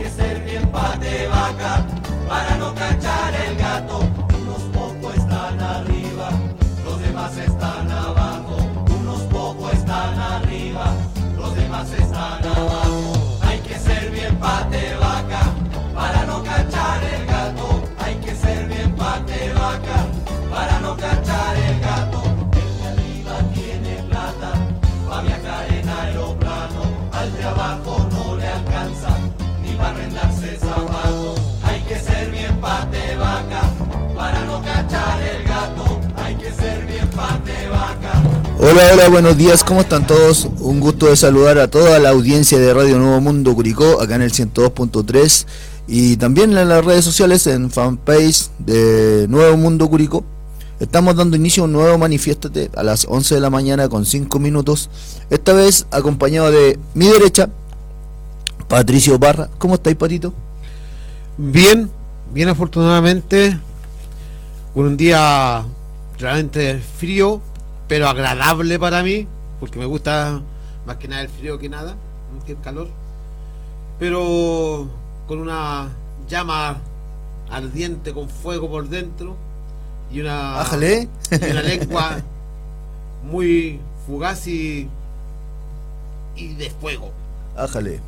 que ser bien pate vaca para no cachar el gato. Unos pocos están arriba, los demás están abajo. Unos pocos están arriba, los demás están abajo. Hay que ser bien pate vaca para no cachar el gato. Hay que ser bien pate vaca para no cachar el gato. El de arriba tiene plata pa' viajar en aeroplano. Al de abajo no le alcanza ni para arrendarse zapatos. Hay que ser bien pate vaca para no cachar el gato. Hay que ser bien pate vaca. Hola, buenos días, ¿cómo están todos? Un gusto de saludar a toda la audiencia de Radio Nuevo Mundo Curicó, acá en el 102.3 y también en las redes sociales, en fanpage de Nuevo Mundo Curicó. Estamos dando inicio a un nuevo Manifiéstate a las 11 de la mañana con 5 minutos, esta vez acompañado de mi derecha, Patricio Parra. ¿Cómo estáis, Patito? Bien afortunadamente, con un día realmente frío, pero agradable para mí, porque me gusta más que nada el frío que nada, que el calor, pero con una llama ardiente con fuego por dentro y una, y una lengua muy fugaz y de fuego. Ájale.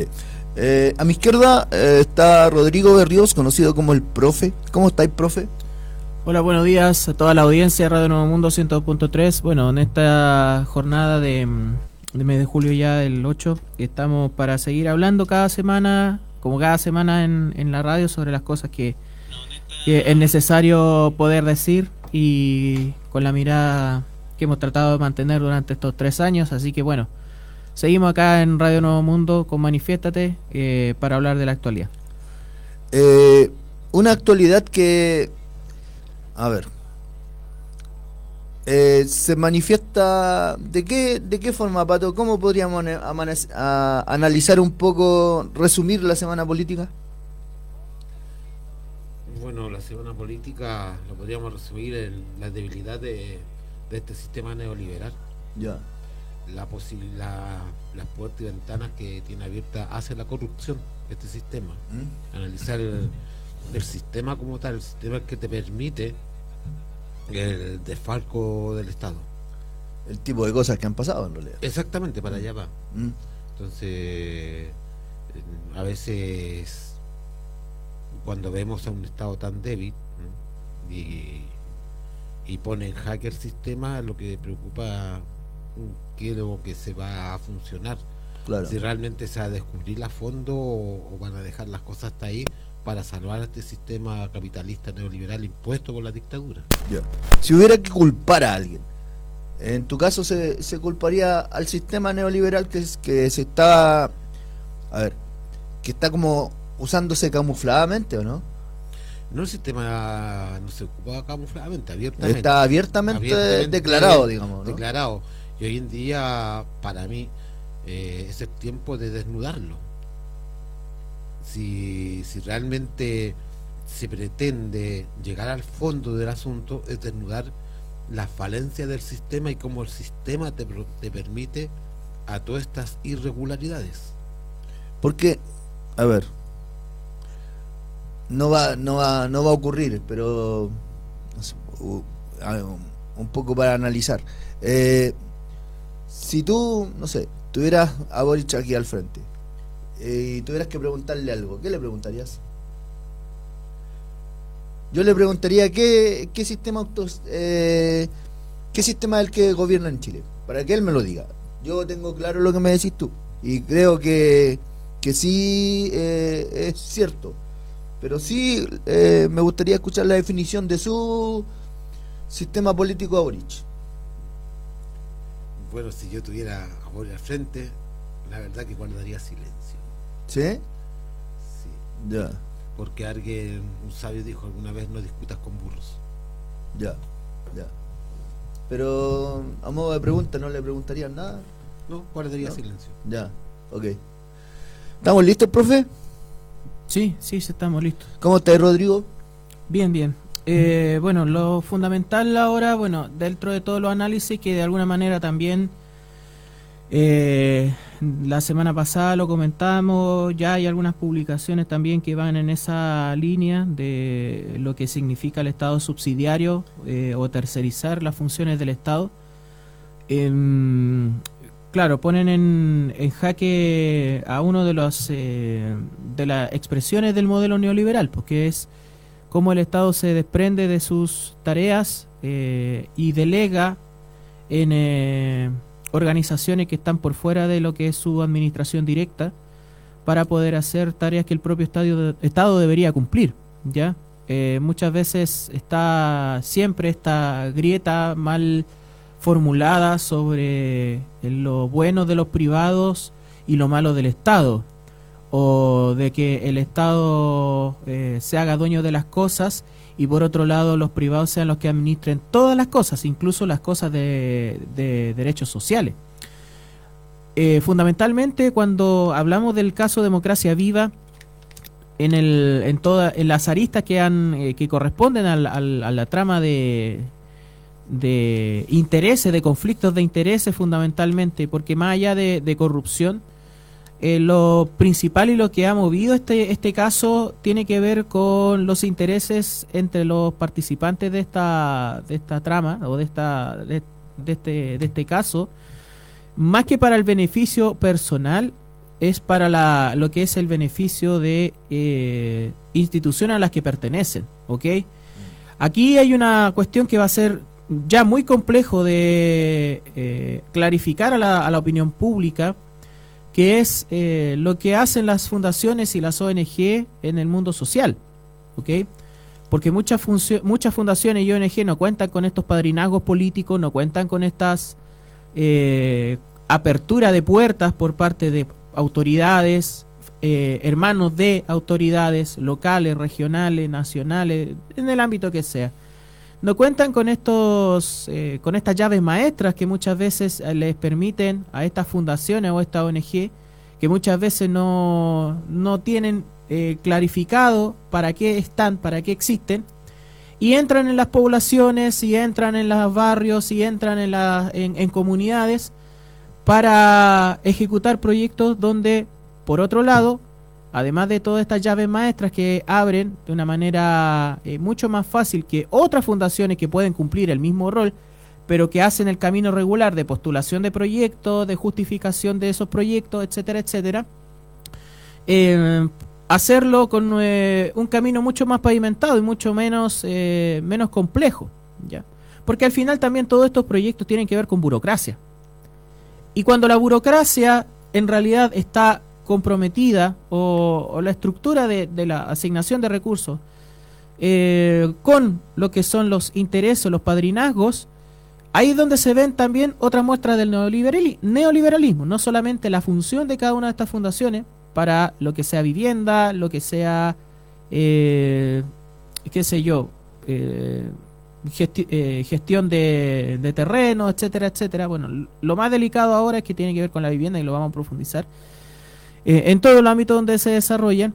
A mi izquierda está Rodrigo Berríos, conocido como el Profe. ¿Cómo estáis, Profe? Hola, buenos días a toda la audiencia de Radio Nuevo Mundo 102.3. Bueno, en esta jornada de mes de julio ya, del 8, estamos para seguir hablando cada semana, como cada semana en la radio, sobre las cosas que es necesario poder decir, y con la mirada que hemos tratado de mantener durante estos 3 años. Así que bueno, seguimos acá en Radio Nuevo Mundo con Manifiéstate para hablar de la actualidad. Una actualidad que, a ver, se manifiesta ¿de qué forma, Pato? ¿Cómo podríamos analizar un poco, resumir la semana política? Bueno, la semana política lo podríamos resumir en la debilidad de este sistema neoliberal. Ya. Las puertas y ventanas que tiene abierta hacia la corrupción de este sistema. Analizar el sistema como tal, el sistema que te permite el desfalco del Estado. El tipo de cosas que han pasado, en realidad. Exactamente, para allá va. Entonces, a veces, cuando vemos a un Estado tan débil y pone en jaque el sistema, lo que preocupa, qué es lo que se va a funcionar. Claro. Si realmente se va a descubrir a fondo o van a dejar las cosas hasta ahí para salvar a este sistema capitalista neoliberal impuesto por la dictadura. Yeah. Si hubiera que culpar a alguien, en tu caso se culparía al sistema neoliberal que se está, que está como usándose camufladamente, ¿o no? No, el sistema no se ocupa camufladamente, abiertamente. Está abiertamente declarado, digamos, ¿no? Declarado. Y hoy en día, para mí, es el tiempo de desnudarlo. Si realmente se pretende llegar al fondo del asunto, es desnudar la falencia del sistema y cómo el sistema te permite a todas estas irregularidades. Porque, a ver, no va a ocurrir, pero no sé, un poco para analizar. Si tú, no sé, tuvieras a Boric aquí al frente y tuvieras que preguntarle algo, ¿qué le preguntarías? Yo le preguntaría qué sistema qué sistema es el que gobierna en Chile, para que él me lo diga. Yo tengo claro lo que me decís tú y creo que sí, es cierto, pero sí me gustaría escuchar la definición de su sistema político a Boric. Bueno, si yo tuviera a Boric al frente, la verdad que guardaría silencio. ¿Sí? Sí. Ya. Porque alguien, un sabio dijo alguna vez, no discutas con burros. Ya. Pero a modo de pregunta, ¿no le preguntarían nada? No, guardaría ¿No? silencio. Ya, ok. ¿Estamos listos, profe? Sí, estamos listos. ¿Cómo estás, Rodrigo? Bien. Bueno, lo fundamental ahora, bueno, dentro de todos los análisis que de alguna manera también la semana pasada lo comentamos, ya hay algunas publicaciones también que van en esa línea de lo que significa el Estado subsidiario o tercerizar las funciones del Estado. Claro, ponen en jaque a uno de los de las expresiones del modelo neoliberal, porque es cómo el Estado se desprende de sus tareas y delega en organizaciones que están por fuera de lo que es su administración directa para poder hacer tareas que el propio Estado debería cumplir, ¿ya? Muchas veces está siempre esta grieta mal formulada sobre lo bueno de los privados y lo malo del Estado, o de que el Estado se haga dueño de las cosas y por otro lado los privados sean los que administren todas las cosas, incluso las cosas de derechos sociales. Fundamentalmente, cuando hablamos del caso Democracia Viva, en las aristas que corresponden a la trama de intereses, de conflictos de intereses fundamentalmente, porque más allá de corrupción, lo principal y lo que ha movido este caso tiene que ver con los intereses entre los participantes de esta trama o de este caso, más que para el beneficio personal, es para lo que es el beneficio de instituciones a las que pertenecen, ¿ok? Aquí hay una cuestión que va a ser ya muy complejo de clarificar a la opinión pública, que es lo que hacen las fundaciones y las ONG en el mundo social, ¿ok? Porque muchas fundaciones y ONG no cuentan con estos padrinazgos políticos, no cuentan con estas apertura de puertas por parte de autoridades, hermanos de autoridades locales, regionales, nacionales, en el ámbito que sea. No cuentan con con estas llaves maestras que muchas veces les permiten a estas fundaciones o a esta ONG, que muchas veces no tienen clarificado para qué están, para qué existen, y entran en las poblaciones, y entran en los barrios, y entran en comunidades para ejecutar proyectos donde, por otro lado, además de todas estas llaves maestras que abren de una manera mucho más fácil que otras fundaciones que pueden cumplir el mismo rol, pero que hacen el camino regular de postulación de proyectos, de justificación de esos proyectos, etcétera, etcétera, hacerlo con un camino mucho más pavimentado y mucho menos complejo, ¿ya? Porque al final también todos estos proyectos tienen que ver con burocracia. Y cuando la burocracia en realidad está comprometida o la estructura de la asignación de recursos con lo que son los intereses, los padrinazgos, ahí es donde se ven también otras muestras del neoliberalismo, no solamente la función de cada una de estas fundaciones para lo que sea vivienda, lo que sea qué sé yo, gestión de terreno, etcétera, etcétera. Bueno, lo más delicado ahora es que tiene que ver con la vivienda y lo vamos a profundizar. En todo el ámbito donde se desarrollan,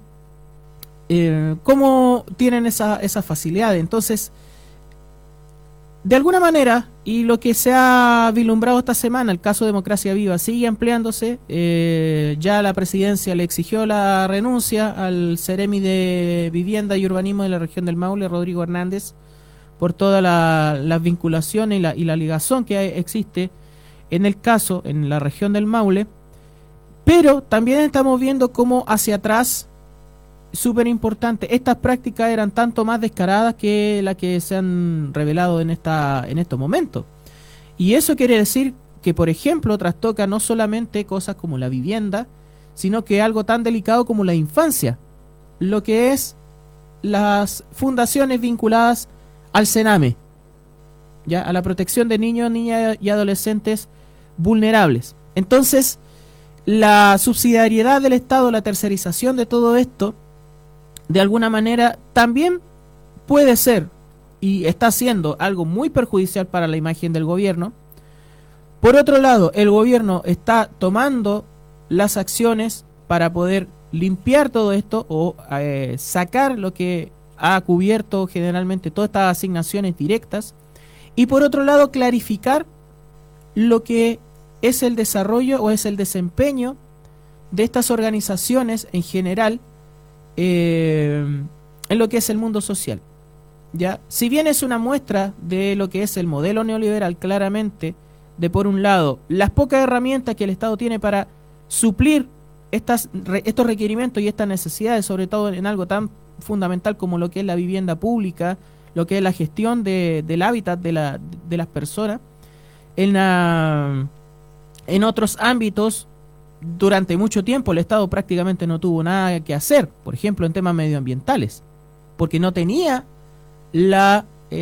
cómo tienen esa facilidad. Entonces, de alguna manera, y lo que se ha vislumbrado esta semana, el caso Democracia Viva sigue ampliándose. Ya la presidencia le exigió la renuncia al Ceremi de Vivienda y Urbanismo de la región del Maule, Rodrigo Hernández, por todas las vinculaciones y la ligazón que existe en el caso en la región del Maule. Pero también estamos viendo cómo hacia atrás, súper importante, estas prácticas eran tanto más descaradas que las que se han revelado en estos momentos. Y eso quiere decir que, por ejemplo, trastoca no solamente cosas como la vivienda, sino que algo tan delicado como la infancia, lo que es las fundaciones vinculadas al CENAME, ya, a la protección de niños, niñas y adolescentes vulnerables. Entonces, la subsidiariedad del Estado, la tercerización de todo esto, de alguna manera también puede ser y está siendo algo muy perjudicial para la imagen del gobierno. Por otro lado, el gobierno está tomando las acciones para poder limpiar todo esto o sacar lo que ha cubierto generalmente todas estas asignaciones directas, y por otro lado clarificar lo que es el desarrollo o es el desempeño de estas organizaciones en general en lo que es el mundo social. ¿Ya? Si bien es una muestra de lo que es el modelo neoliberal, claramente, de por un lado, las pocas herramientas que el Estado tiene para suplir estos requerimientos y estas necesidades, sobre todo en algo tan fundamental como lo que es la vivienda pública, lo que es la gestión del hábitat de las personas, en otros ámbitos, durante mucho tiempo el Estado prácticamente no tuvo nada que hacer, por ejemplo en temas medioambientales, porque no tenía la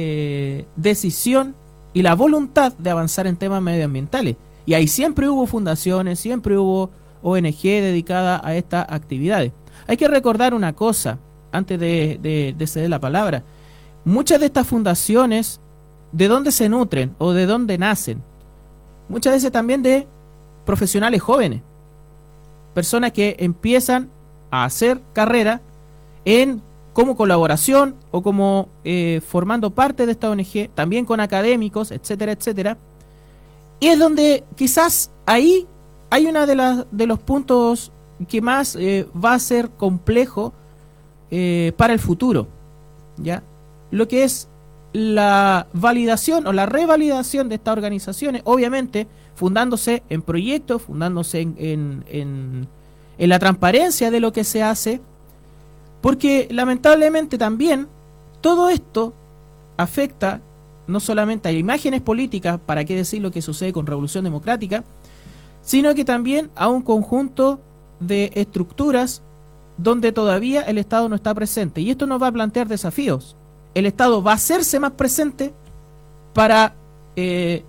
decisión y la voluntad de avanzar en temas medioambientales. Y ahí siempre hubo fundaciones, siempre hubo ONG dedicada a estas actividades. Hay que recordar una cosa, antes de ceder la palabra. Muchas de estas fundaciones, ¿de dónde se nutren o de dónde nacen? Muchas veces también de profesionales jóvenes, personas que empiezan a hacer carrera como colaboración o como formando parte de esta ONG, también con académicos, etcétera, etcétera. Y es donde quizás ahí hay uno de los puntos que más va a ser complejo para el futuro, ¿ya? Lo que es la validación o la revalidación de estas organizaciones, obviamente fundándose en proyectos, fundándose en la transparencia de lo que se hace, porque lamentablemente también todo esto afecta no solamente a imágenes políticas, para qué decir lo que sucede con Revolución Democrática, sino que también a un conjunto de estructuras donde todavía el Estado no está presente. Y esto nos va a plantear desafíos. El Estado va a hacerse más presente para que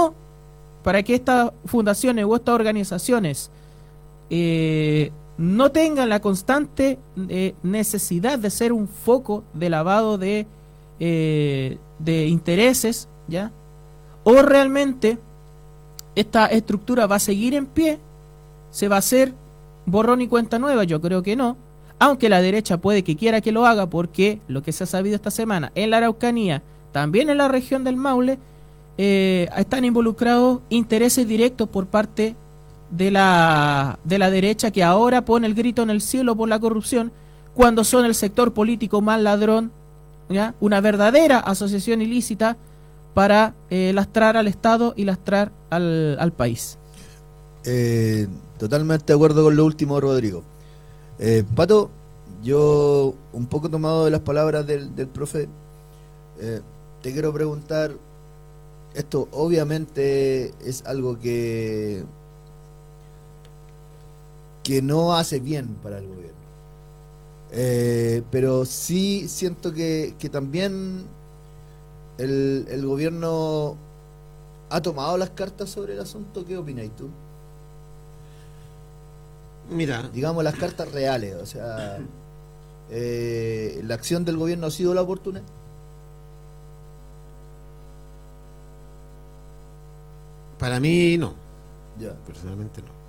estas fundaciones o estas organizaciones no tengan la constante necesidad de ser un foco de lavado de intereses, ¿ya? O realmente esta estructura va a seguir en pie, se va a hacer borrón y cuenta nueva. Yo creo que no, aunque la derecha puede que quiera que lo haga, porque lo que se ha sabido esta semana en la Araucanía, también en la región del Maule, están involucrados intereses directos por parte de la derecha, que ahora pone el grito en el cielo por la corrupción, cuando son el sector político más ladrón, ¿ya? Una verdadera asociación ilícita para lastrar al Estado y lastrar al país. Totalmente de acuerdo con lo último, Rodrigo. Pato, yo un poco tomado de las palabras del profe, te quiero preguntar, esto obviamente es algo que no hace bien para el gobierno, pero sí siento que también el gobierno ha tomado las cartas sobre el asunto. ¿Qué opináis tú? Mira, Digamos las cartas reales, o sea, ¿la acción del gobierno ha sido la oportuna? para mí no, Ya. personalmente no,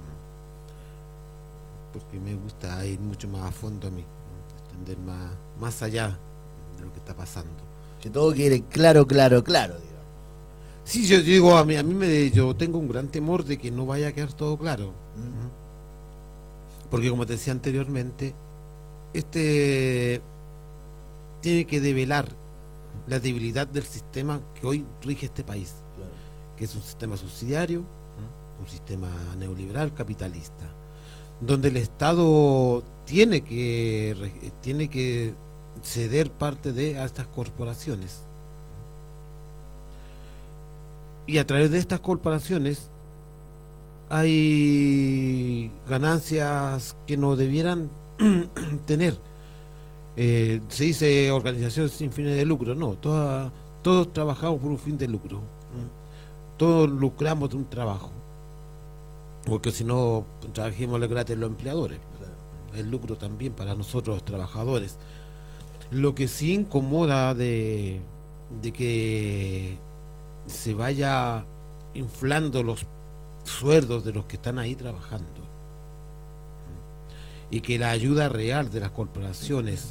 porque me gusta ir mucho más a fondo a mí, entender más allá de lo que está pasando. Que todo quiere claro, digamos. Sí, yo digo, yo tengo un gran temor de que no vaya a quedar todo claro. Porque como te decía anteriormente, tiene que develar la debilidad del sistema que hoy rige este país, Claro. que es un sistema subsidiario, un sistema neoliberal capitalista, donde el Estado tiene que ceder parte a estas corporaciones, y a través de estas corporaciones hay ganancias que no debieran tener. Se dice organizaciones sin fines de lucro, no, todos trabajamos por un fin de lucro, todos lucramos de un trabajo, porque si no trabajemos gratis los empleadores, el lucro también para nosotros los trabajadores. Lo que sí incomoda de que se vaya inflando los sueldos de los que están ahí trabajando, y que la ayuda real de las corporaciones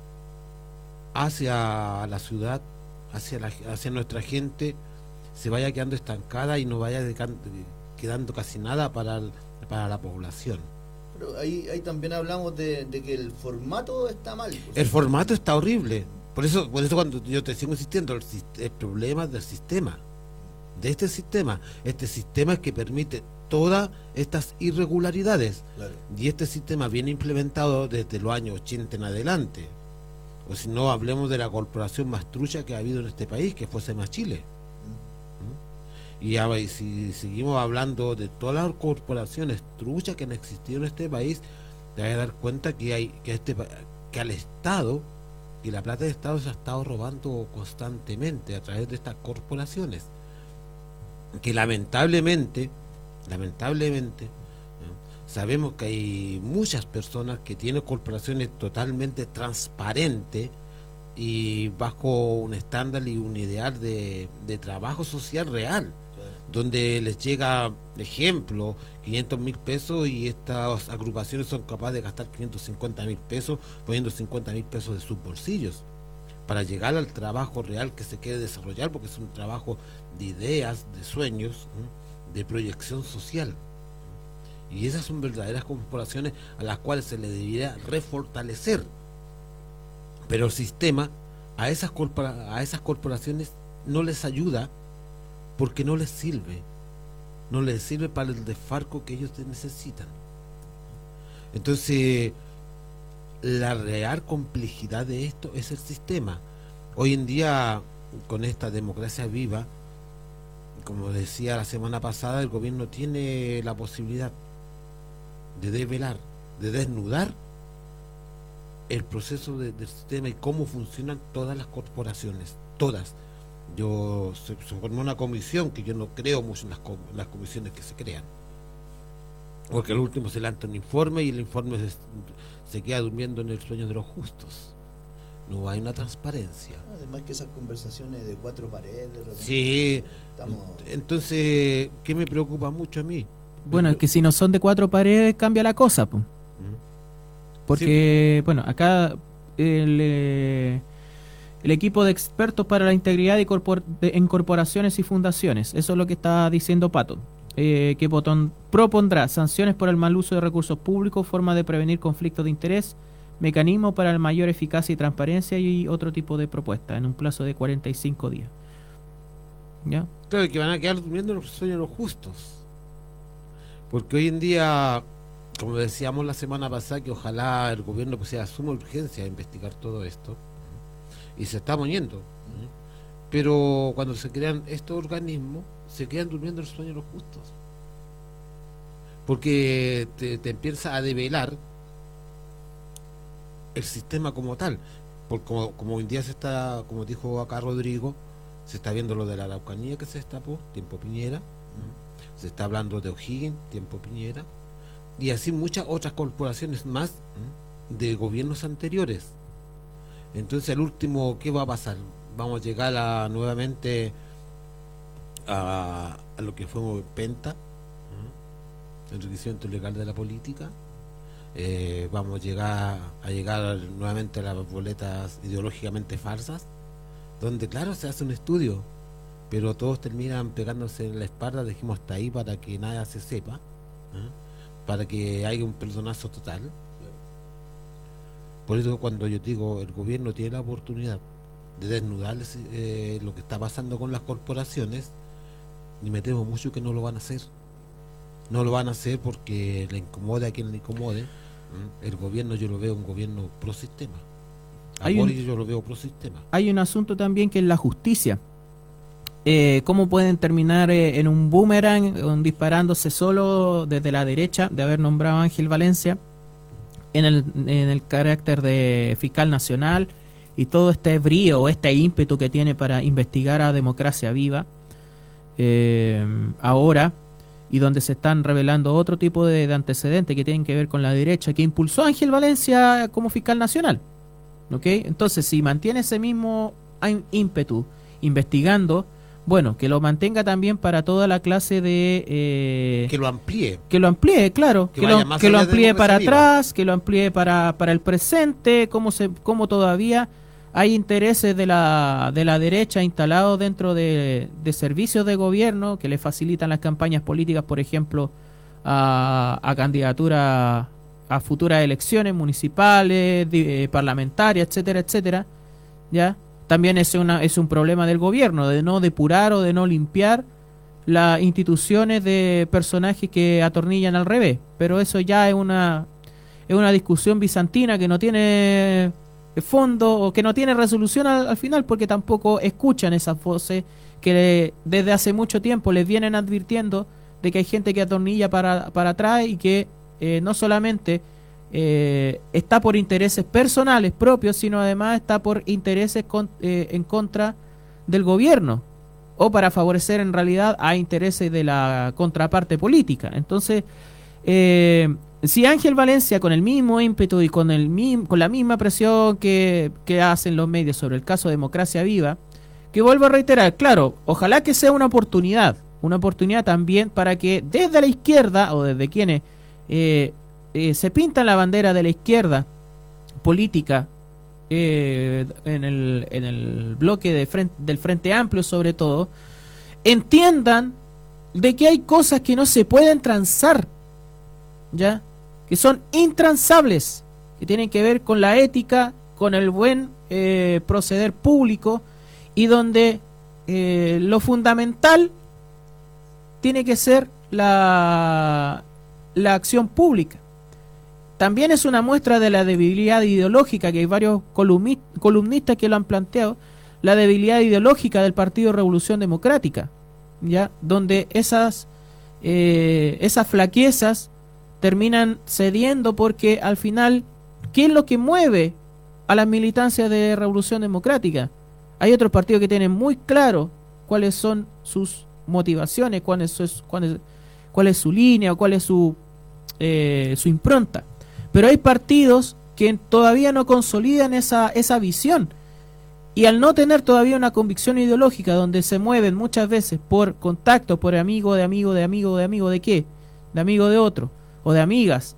hacia la ciudad, hacia nuestra gente, se vaya quedando estancada y no vaya quedando casi nada para la población. Pero ahí también hablamos de que el formato está mal. El formato está horrible. Por eso cuando yo te sigo insistiendo, el problema del sistema, de este sistema es que permite todas estas irregularidades. Claro. Y este sistema viene implementado desde los años 80 en adelante. O si no, hablemos de la corporación más trucha que ha habido en este país, que fue SEMA Chile. Y si seguimos hablando de todas las corporaciones truchas que han existido en este país, te vas a dar cuenta que al Estado, que la plata del Estado se ha estado robando constantemente a través de estas corporaciones, que lamentablemente sabemos que hay muchas personas que tienen corporaciones totalmente transparentes y bajo un estándar y un ideal de trabajo social real, donde les llega, ejemplo, 500.000 pesos y estas agrupaciones son capaces de gastar 550.000 pesos poniendo 50.000 pesos de sus bolsillos para llegar al trabajo real que se quiere desarrollar, porque es un trabajo de ideas, de sueños, de proyección social. Y esas son verdaderas corporaciones a las cuales se le debería refortalecer. Pero el sistema a esas corporaciones no les ayuda, porque no les sirve para el desfalco que ellos necesitan. Entonces, la real complejidad de esto es el sistema. Hoy en día, con esta democracia viva, como decía la semana pasada, el gobierno tiene la posibilidad de develar, de desnudar el proceso del sistema y cómo funcionan todas las corporaciones, todas. Se formó una comisión, que yo no creo mucho en las comisiones que se crean, porque al último se lanza un informe y el informe se queda durmiendo en el sueño de los justos. No hay una transparencia. Además que esas conversaciones de cuatro paredes. Sí, entonces, ¿qué me preocupa mucho a mí? Bueno, es que si no son de cuatro paredes cambia la cosa, pues. Porque, bueno, acá el equipo de expertos para la integridad en corporaciones y fundaciones, eso es lo que está diciendo Pato, que propondrá sanciones por el mal uso de recursos públicos, forma de prevenir conflictos de interés, mecanismo para la mayor eficacia y transparencia y otro tipo de propuestas en un plazo de 45 días. ¿Ya? Claro, que van a quedar durmiendo los sueños los justos. Porque hoy en día, como decíamos la semana pasada, que ojalá el gobierno pusiera suma urgencia a investigar todo esto, y se está poniendo. Pero cuando se crean estos organismos, se quedan durmiendo el sueño los justos. Porque te empieza a develar el sistema como tal. Porque como hoy en día se está, como dijo acá Rodrigo, se está viendo lo de la Araucanía que se destapó, tiempo Piñera. Se está hablando de O'Higgins, tiempo Piñera, y así muchas otras corporaciones más de gobiernos anteriores. Entonces, al último, ¿qué va a pasar? Vamos a llegar nuevamente a lo que fue Penta, enriquecimiento ilegal de la política. Vamos a llegar nuevamente a las boletas ideológicamente falsas, donde claro se hace un estudio, pero todos terminan pegándose en la espalda. Dejemos hasta ahí para que nada se sepa, para que haya un perdonazo total. Por eso cuando yo digo el gobierno tiene la oportunidad de desnudar lo que está pasando con las corporaciones, y me temo mucho que no lo van a hacer. No lo van a hacer porque le incomode a quien le incomode. El gobierno yo lo veo un gobierno pro sistema. Yo lo veo pro sistema. Hay un asunto también que es la justicia. Cómo pueden terminar en un boomerang, disparándose solo desde la derecha, de haber nombrado a Ángel Valencia en el carácter de fiscal nacional y todo este brío, este ímpetu que tiene para investigar a Democracia Viva ahora, y donde se están revelando otro tipo de antecedentes que tienen que ver con la derecha que impulsó a Ángel Valencia como fiscal nacional. ¿Okay? Entonces, si mantiene ese mismo ímpetu investigando, bueno, que lo mantenga también para toda la clase de... que lo amplíe. Que lo amplíe, claro. Que lo amplíe para atrás, que lo amplíe para el presente, como todavía hay intereses de la derecha instalados dentro de servicios de gobierno que le facilitan las campañas políticas, por ejemplo, a candidatura a futuras elecciones municipales, parlamentarias, etcétera, etcétera. ¿Ya? También es un problema del gobierno, de no depurar o de no limpiar las instituciones de personajes que atornillan al revés. Pero eso ya es una discusión bizantina que no tiene fondo o que no tiene resolución al final, porque tampoco escuchan esas voces que desde hace mucho tiempo les vienen advirtiendo de que hay gente que atornilla para atrás y que no solamente está por intereses personales propios, sino además está por intereses en contra del gobierno o para favorecer en realidad a intereses de la contraparte política. Entonces, si Ángel Valencia, con el mismo ímpetu y con la misma presión que hacen los medios sobre el caso Democracia Viva, que vuelvo a reiterar, claro, ojalá que sea una oportunidad también para que desde la izquierda o desde quienes se pintan la bandera de la izquierda política en el bloque del Frente Amplio sobre todo, entiendan de que hay cosas que no se pueden transar, ¿ya? Que son intransables, que tienen que ver con la ética, con el buen proceder público, y donde lo fundamental tiene que ser la acción pública. También es una muestra de la debilidad ideológica, que hay varios columnistas que lo han planteado, la debilidad ideológica del Partido Revolución Democrática, ¿ya? Donde esas flaquezas terminan cediendo, porque al final, ¿qué es lo que mueve a las militancias de Revolución Democrática? Hay otros partidos que tienen muy claro cuáles son sus motivaciones, cuál es su línea o cuál es su impronta. Pero hay partidos que todavía no consolidan esa visión, y al no tener todavía una convicción ideológica, donde se mueven muchas veces por contacto, por amigo de amigo de amigo de amigo de qué, de amigo de otro o de amigas,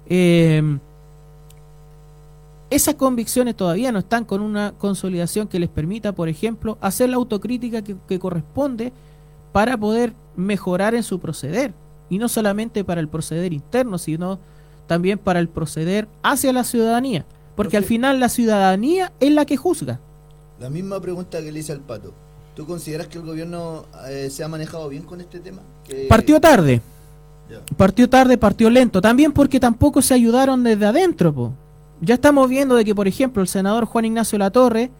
esas convicciones todavía no están con una consolidación que les permita, por ejemplo, hacer la autocrítica que corresponde para poder mejorar en su proceder, y no solamente para el proceder interno, sino también para el proceder hacia la ciudadanía, porque al final la ciudadanía es la que juzga. La misma pregunta que le hice al Pato. ¿Tú consideras que el gobierno se ha manejado bien con este tema? Partió tarde. Ya. Partió lento. También porque tampoco se ayudaron desde adentro, po. Ya estamos viendo de que, por ejemplo, el senador Juan Ignacio Latorre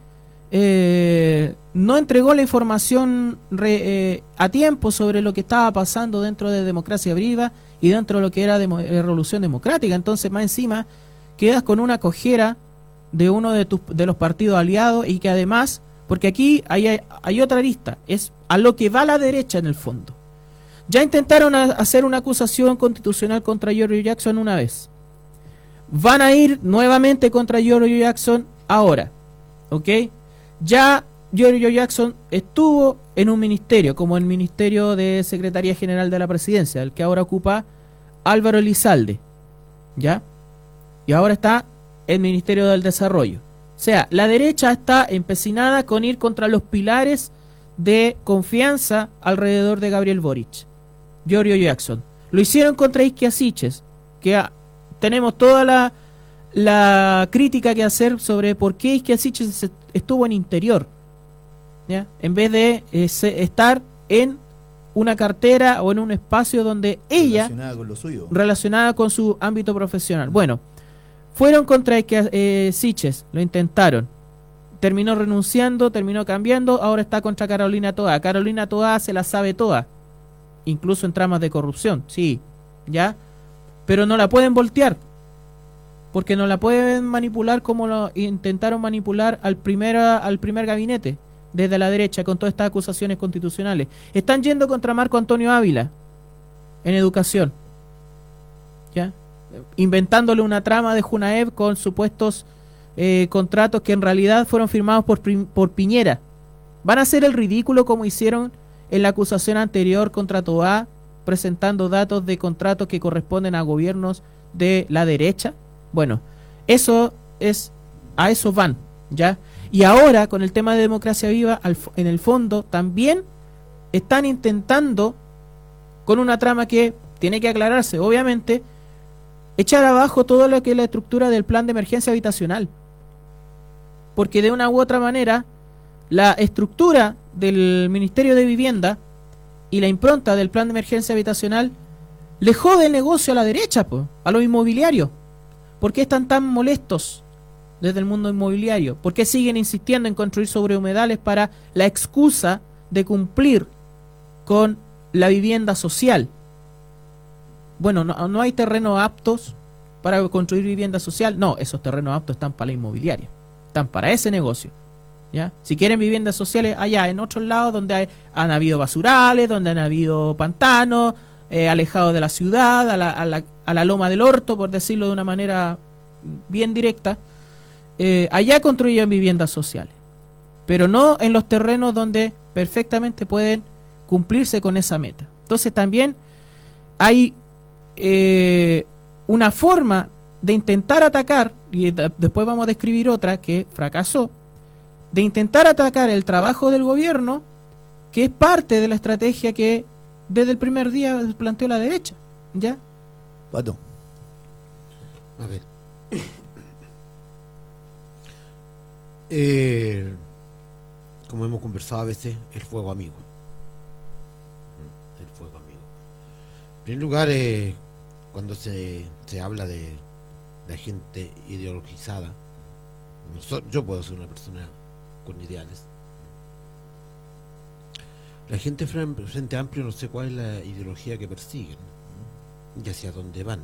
no entregó la información a tiempo sobre lo que estaba pasando dentro de Democracia Viva y dentro de lo que era Revolución Democrática. Entonces, más encima, quedas con una cojera de uno de los partidos aliados, y que además, porque aquí hay otra arista, es a lo que va la derecha en el fondo. Ya intentaron hacer una acusación constitucional contra Giorgio Jackson una vez. Van a ir nuevamente contra Giorgio Jackson ahora, ¿ok? Ya Giorgio Jackson estuvo en un ministerio, como el Ministerio de Secretaría General de la Presidencia, el que ahora ocupa Álvaro Elizalde, ¿ya? Y ahora está el Ministerio del Desarrollo. O sea, la derecha está empecinada con ir contra los pilares de confianza alrededor de Gabriel Boric, Giorgio Jackson. Lo hicieron contra Isquia Siches, que tenemos toda la crítica que hacer sobre por qué Isquia Siches estuvo en Interior, ¿ya? En vez de estar en una cartera o en un espacio donde ella relacionada con su ámbito profesional. Bueno, fueron contra Siches, lo intentaron, terminó renunciando, terminó cambiando, ahora está contra Carolina Toá. Carolina Toá se la sabe toda, incluso en tramas de corrupción, sí, ya, pero no la pueden voltear, porque no la pueden manipular como lo intentaron manipular al primer gabinete desde la derecha con todas estas acusaciones constitucionales. Están yendo contra Marco Antonio Ávila en educación, ¿ya? Inventándole una trama de Junaev con supuestos contratos que en realidad fueron firmados por Piñera. Van a hacer el ridículo como hicieron en la acusación anterior contra Toá, presentando datos de contratos que corresponden a gobiernos de la derecha. Bueno, a eso van, ¿ya? Y ahora, con el tema de Democracia Viva, en el fondo, también están intentando, con una trama que tiene que aclararse, obviamente, echar abajo todo lo que es la estructura del plan de emergencia habitacional. Porque de una u otra manera, la estructura del Ministerio de Vivienda y la impronta del plan de emergencia habitacional le jode el negocio a la derecha, a los inmobiliarios. ¿Por qué están tan molestos desde el mundo inmobiliario? ¿Por qué siguen insistiendo en construir sobrehumedales para la excusa de cumplir con la vivienda social? Bueno, no hay terrenos aptos para construir vivienda social. No, esos terrenos aptos están para la inmobiliaria, están para ese negocio, ¿ya? Si quieren viviendas sociales, allá en otros lados donde han habido basurales, donde han habido pantanos, alejados de la ciudad, a la loma del orto, por decirlo de una manera bien directa, allá construyen viviendas sociales, pero no en los terrenos donde perfectamente pueden cumplirse con esa meta. Entonces también hay una forma de intentar atacar, y después vamos a describir otra que fracasó, de intentar atacar el trabajo del gobierno, que es parte de la estrategia que desde el primer día planteó la derecha, ¿ya? Pato. A ver. Como hemos conversado a veces, el fuego amigo. El fuego amigo. En primer lugar, cuando se habla de gente ideologizada, yo puedo ser una persona con ideales. La gente Frente Amplio no sé cuál es la ideología que persiguen y hacia dónde van.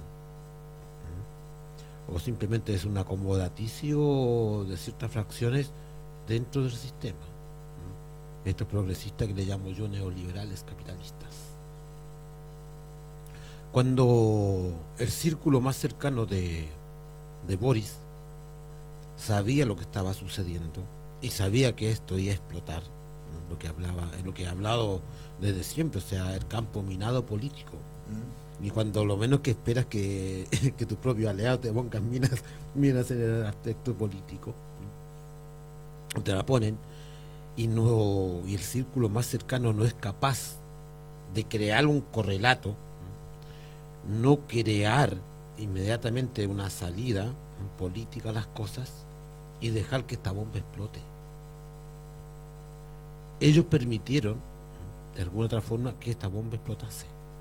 O simplemente es un acomodaticio de ciertas fracciones dentro del sistema. Estos progresistas que le llamo yo neoliberales capitalistas. Cuando el círculo más cercano de Boris sabía lo que estaba sucediendo y sabía que esto iba a explotar, lo que ha hablado desde siempre, o sea, el campo minado político. Y cuando lo menos que esperas que tus propios aliados te pongan minas en el aspecto político, te la ponen, y el círculo más cercano no es capaz de crear un correlato, no crear inmediatamente una salida política a las cosas y dejar que esta bomba explote. Ellos permitieron, de alguna otra forma, que esta bomba explotase.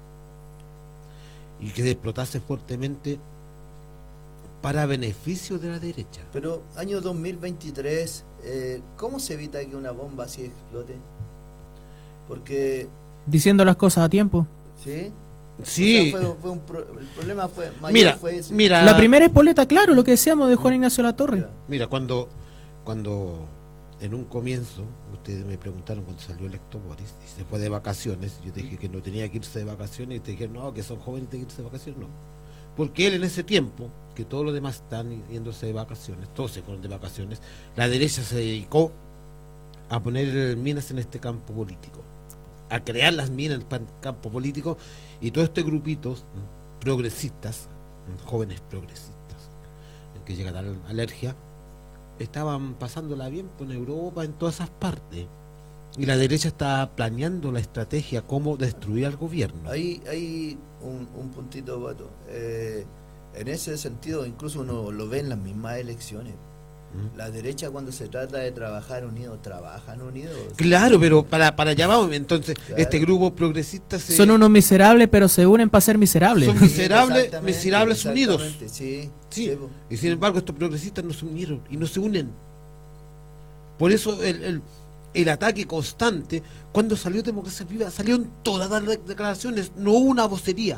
Y que explotase fuertemente para beneficio de la derecha. Pero año 2023, ¿cómo se evita que una bomba así explote? Porque... Diciendo las cosas a tiempo. ¿Sí? Sí. O sea, el problema fue mayor. Mira, la primera espoleta, claro, lo que decíamos de Juan Ignacio Latorre. Mira, cuando en un comienzo ustedes me preguntaron cuando salió electo Boris y se fue de vacaciones, yo te dije que no tenía que irse de vacaciones y te dije no, que son jóvenes, tienen que irse de vacaciones. No, porque él en ese tiempo que todos los demás están yéndose de vacaciones, todos se fueron de vacaciones, la derecha se dedicó a poner minas en este campo político, a crear las minas en el campo político, y todos estos grupitos progresistas, jóvenes progresistas, que llegan a la alergia, estaban pasándola bien en Europa, en todas esas partes, y la derecha está planeando la estrategia cómo destruir al gobierno. Hay un puntito, Pato. En ese sentido, incluso uno lo ve en las mismas elecciones. La derecha, cuando se trata de trabajar unidos, trabajan unidos. Claro, pero para allá vamos. Entonces, claro, este grupo progresista son unos miserables, pero se unen para ser miserables. Son miserables unidos. Sí. Y sin embargo, estos progresistas no se unieron y no se unen. Por eso el ataque constante, cuando salió Democracia Viva, salió en todas las declaraciones, no hubo una vocería.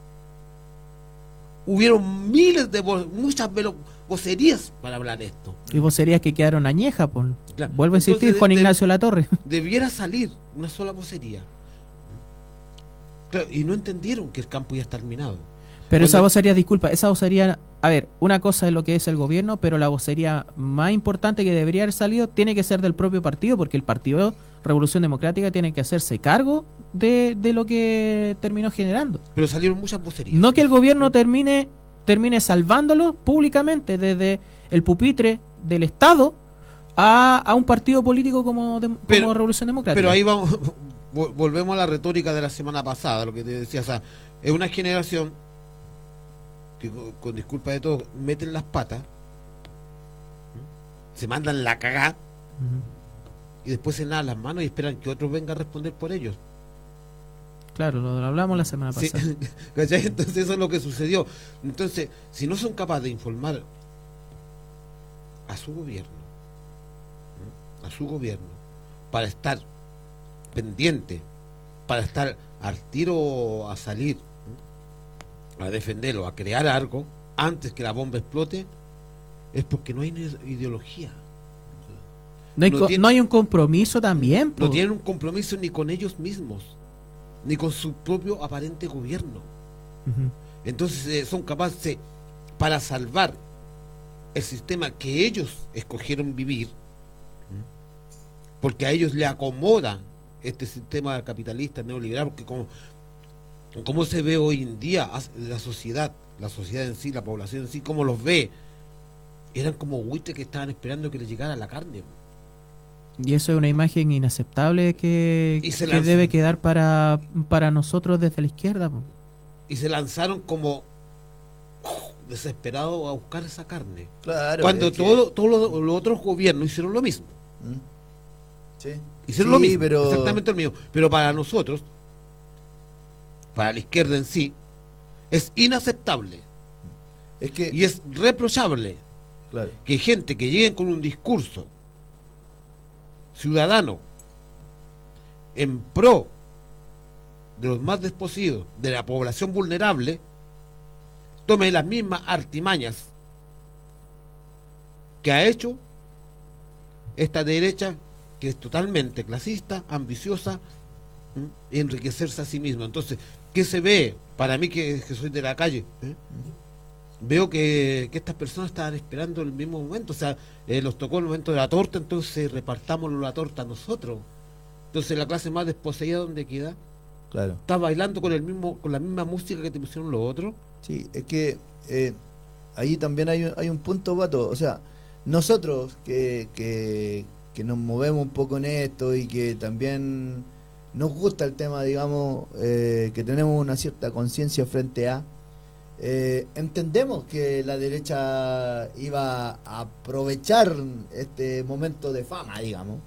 Hubieron muchas vocerías para hablar de esto. Y vocerías que quedaron añejas, pues. Claro. Vuelvo a insistir, Juan Ignacio Latorre. Debiera salir una sola vocería. Claro, y no entendieron que el campo ya está terminado. Pero esa vocería, disculpa, esa vocería, a ver, una cosa es lo que es el gobierno, pero la vocería más importante que debería haber salido tiene que ser del propio partido, porque el partido Revolución Democrática tiene que hacerse cargo de lo que terminó generando. Pero salieron muchas vocerías. No que el gobierno termine salvándolo públicamente desde el pupitre del Estado, a un partido político como Pero- Revolución Democrática. Pero ahí vamos, volvemos a la retórica de la semana pasada, lo que te decía, o sea, es una generación que con disculpa de todo, meten las patas, se mandan la cagá Ujú. y después se lavan las manos y esperan que otros vengan a responder por ellos. Claro, lo hablamos la semana Sí, pasada. ¿cachai? Entonces eso es lo que sucedió. Entonces, si no son capaces de informar a su gobierno, ¿no? A su gobierno, para estar pendiente, para estar al tiro a salir, ¿no? A defenderlo, a crear algo, antes que la bomba explote, es porque no hay ideología. No hay un compromiso también. No po. tienen un compromiso ni con ellos mismos, ni con su propio aparente gobierno. Ujú. Entonces son capaces, para salvar el sistema que ellos escogieron vivir, porque a ellos le acomoda este sistema capitalista neoliberal, porque como se ve hoy en día la sociedad en sí, la población en sí, como los ve, eran como buitres que estaban esperando que les llegara la carne. Y eso es una imagen inaceptable que Y se que lanzan. debe quedar para nosotros desde la izquierda. Po. Y se lanzaron como desesperados a buscar esa carne. Claro. Cuando es que- todos los otros gobiernos hicieron lo mismo. ¿Mm? Sí. Hicieron Sí, lo mismo, pero- exactamente lo mismo. Pero para nosotros, para la izquierda en sí, es inaceptable Es que, y es reprochable claro. que gente que lleguen con un discurso ciudadano en pro de los más desposeídos, de la población vulnerable, tome las mismas artimañas que ha hecho esta derecha, que es totalmente clasista, ambiciosa, y enriquecerse a sí misma. Entonces, ¿qué se ve? Para mí que soy de la calle, veo que estas personas estaban esperando el mismo momento, o sea, los tocó el momento de la torta, entonces repartamos la torta nosotros. Entonces la clase más desposeída, ¿dónde queda? Claro. ¿Estás bailando con la misma música que te pusieron los otros? Sí, es que ahí también hay un punto, Pato. O sea, nosotros que nos movemos un poco en esto y que también nos gusta el tema, digamos, que tenemos una cierta conciencia frente a, entendemos que la derecha iba a aprovechar este momento de fama, digamos.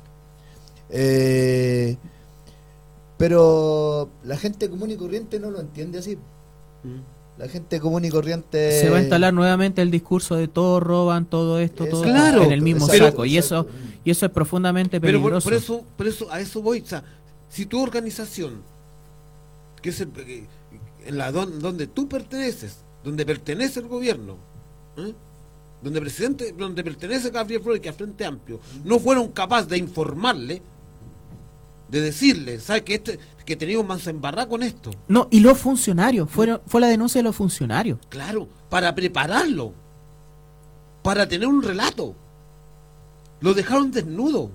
Pero la gente común y corriente no lo entiende así. La gente común y corriente Se va a instalar nuevamente el discurso de todos roban, todo esto, todo Claro, en el mismo exacto, saco. Y eso es profundamente Pero peligroso. por eso a eso voy. O sea, si tu organización, que es donde tú perteneces, donde pertenece el gobierno, donde pertenece Gabriel Flores, que a Frente Amplio, no fueron capaces de informarle, de decirle, ¿sabes que teníamos mansa embarrada con esto? No, y los funcionarios, fue la denuncia de los funcionarios. Claro, para prepararlo, para tener un relato. Lo dejaron desnudo.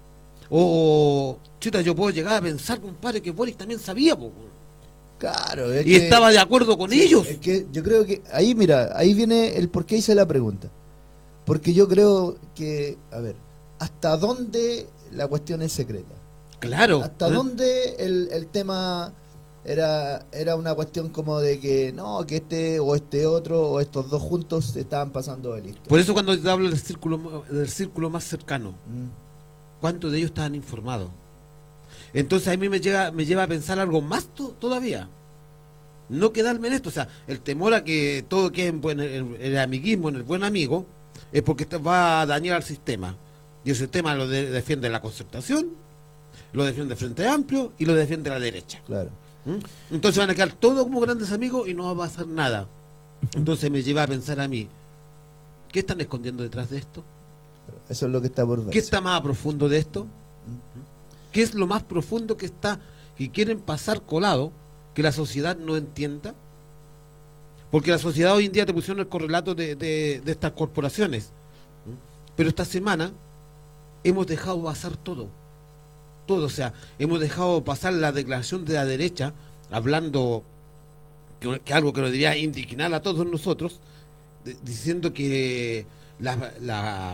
Chuta, yo puedo llegar a pensar, compadre, que Boris también sabía, po, Claro, es y que- estaba de acuerdo con ellos. Es que yo creo que ahí, mira, ahí viene el por qué hice la pregunta. Porque yo creo que, a ver, ¿hasta dónde la cuestión es secreta? Claro. ¿Hasta dónde el tema era una cuestión como de que no, que este o este otro o estos dos juntos se estaban pasando de listo? Por eso cuando te hablo del círculo más cercano, Mm, ¿cuántos de ellos estaban informados? Entonces a mí me lleva a pensar algo más todavía. No quedarme en esto, o sea, el temor a que todo quede en el amiguismo, en el buen amigo, es porque esto va a dañar al sistema. Y el sistema lo defiende la concertación, lo defiende el Frente Amplio y lo defiende la derecha. claro. Entonces van a quedar todos como grandes amigos y no va a pasar nada. Entonces me lleva a pensar a mí, ¿qué están escondiendo detrás de esto? Eso es lo que está por ver. ¿Qué está más profundo de esto? ¿Qué es lo más profundo que quieren pasar colado, que la sociedad no entienda? Porque la sociedad hoy en día te pusieron el correlato de estas corporaciones. Pero esta semana hemos dejado pasar todo, o sea, hemos dejado pasar la declaración de la derecha, hablando que algo que nos diría indignar a todos nosotros, diciendo que la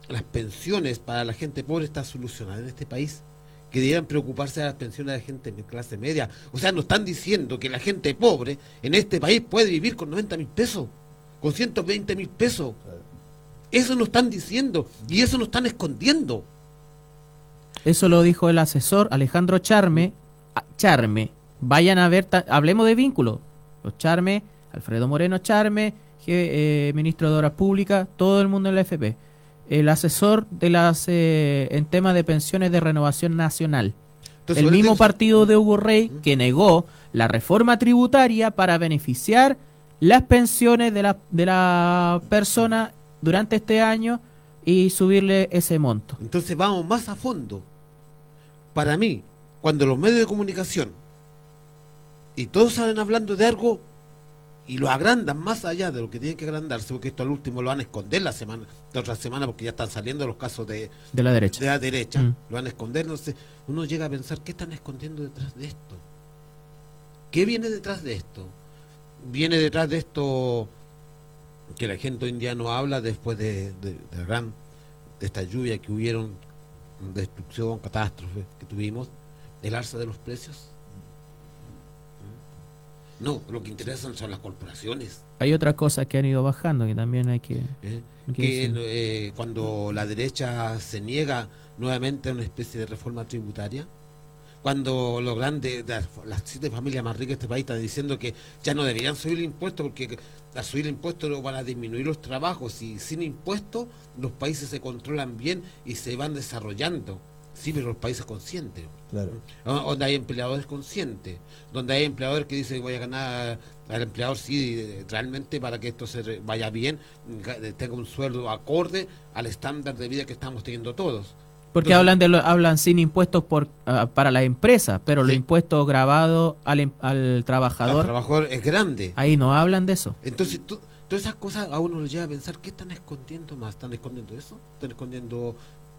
las pensiones para la gente pobre están solucionadas en este país, que debieran preocuparse de las pensiones de la gente de clase media. O sea, nos están diciendo que la gente pobre en este país puede vivir con 90.000 pesos, con 120.000 pesos. Eso nos están diciendo y eso nos están escondiendo. Eso lo dijo el asesor Alejandro Charme. Vayan a ver, hablemos de vínculos. Los Charme, Alfredo Moreno Charme, ministro de Obras Públicas, todo el mundo en la FP. El asesor de las en temas de pensiones de Renovación Nacional. Entonces, el mismo partido de Hugo Rey que negó la reforma tributaria para beneficiar las pensiones de la persona durante este año y subirle ese monto. Entonces vamos más a fondo. Para mí, cuando los medios de comunicación y todos salen hablando de algo y lo agrandan más allá de lo que tienen que agrandarse, porque esto al último lo van a esconder la otra semana, porque ya están saliendo los casos de la derecha. Lo van a esconder, no sé. Uno llega a pensar, ¿qué están escondiendo detrás de esto? ¿Qué viene detrás de esto? Viene detrás de esto que la gente hoy en día no habla después de esta lluvia que hubieron, destrucción, catástrofe que tuvimos, el alza de los precios. No, lo que interesan son las corporaciones. Hay otras cosas que han ido bajando que también hay que... Cuando la derecha se niega nuevamente a una especie de reforma tributaria, cuando los grandes, las 7 familias más ricas de este país están diciendo que ya no deberían subir el impuesto porque al subir el impuesto no van a disminuir los trabajos, y sin impuestos los países se controlan bien y se van desarrollando. Sí, pero los países conscientes. Claro. Donde hay empleadores conscientes, donde hay empleadores que dicen voy a ganar al empleador, sí, realmente para que esto se vaya bien, tenga un sueldo acorde al estándar de vida que estamos teniendo todos. Porque entonces, hablan sin impuestos para las empresas, pero sí, los impuestos grabados al trabajador. Al trabajador es grande. Ahí no hablan de eso. Entonces, todas esas cosas a uno lo lleva a pensar, ¿qué están escondiendo más? ¿Están escondiendo eso? ¿Están escondiendo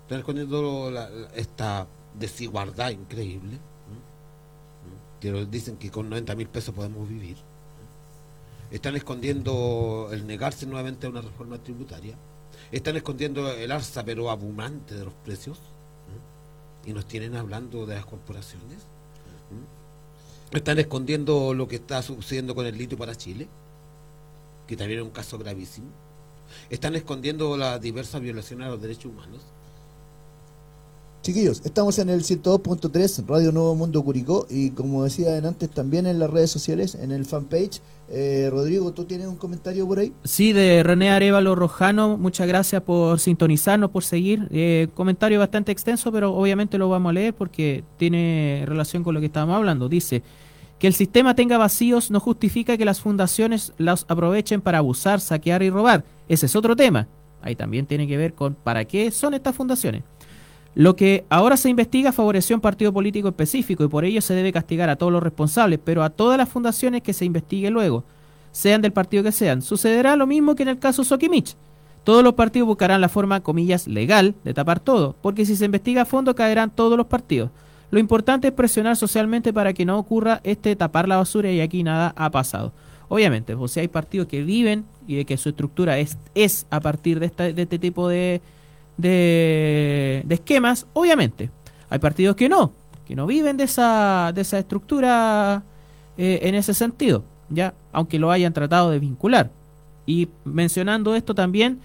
esta desigualdad increíble? Que dicen que con 90.000 pesos podemos vivir. Están escondiendo el negarse nuevamente a una reforma tributaria. Están escondiendo el alza pero abundante de los precios, y nos tienen hablando de las corporaciones. Están escondiendo lo que está sucediendo con el litio para Chile, que también es un caso gravísimo. Están escondiendo las diversas violaciones a los derechos humanos. Chiquillos, estamos en el 102.3 Radio Nuevo Mundo Curicó, y como decía antes, también en las redes sociales, en el fanpage. Rodrigo, ¿tú tienes un comentario por ahí? Sí, de René Arevalo Rojano. Muchas gracias por sintonizarnos, por seguir. Comentario bastante extenso, pero obviamente lo vamos a leer porque tiene relación con lo que estábamos hablando. Dice: que el sistema tenga vacíos no justifica que las fundaciones los aprovechen para abusar, saquear y robar. Ese es otro tema. Ahí también tiene que ver con para qué son estas fundaciones. Lo que ahora se investiga favoreció a un partido político específico y por ello se debe castigar a todos los responsables, pero a todas las fundaciones que se investigue luego, sean del partido que sean. Sucederá lo mismo que en el caso Soquimich. Todos los partidos buscarán la forma, comillas, legal de tapar todo, porque si se investiga a fondo caerán todos los partidos. Lo importante es presionar socialmente para que no ocurra tapar la basura, y aquí nada ha pasado. Obviamente, pues si hay partidos que viven y de que su estructura es a partir de este tipo de esquemas, obviamente hay partidos que no viven de esa estructura en ese sentido, ya, aunque lo hayan tratado de vincular. Y mencionando esto también,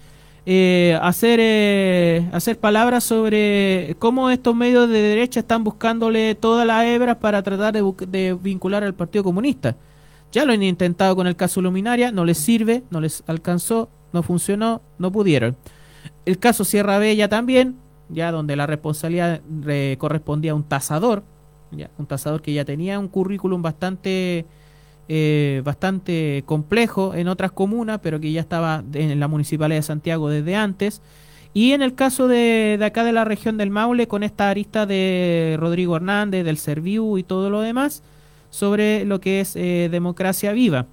hacer palabras sobre cómo estos medios de derecha están buscándole todas las hebras para tratar de vincular al Partido Comunista. Ya lo han intentado con el caso Luminaria, no les sirve, no les alcanzó, no funcionó, no pudieron. El caso Sierra Bella también, ya donde la responsabilidad correspondía a un tasador, un tasador que ya tenía un currículum bastante complejo en otras comunas, pero que ya estaba en la Municipalidad de Santiago desde antes. Y en el caso de acá de la región del Maule, con esta arista de Rodrigo Hernández, del Serviu y todo lo demás, sobre lo que es democracia viva.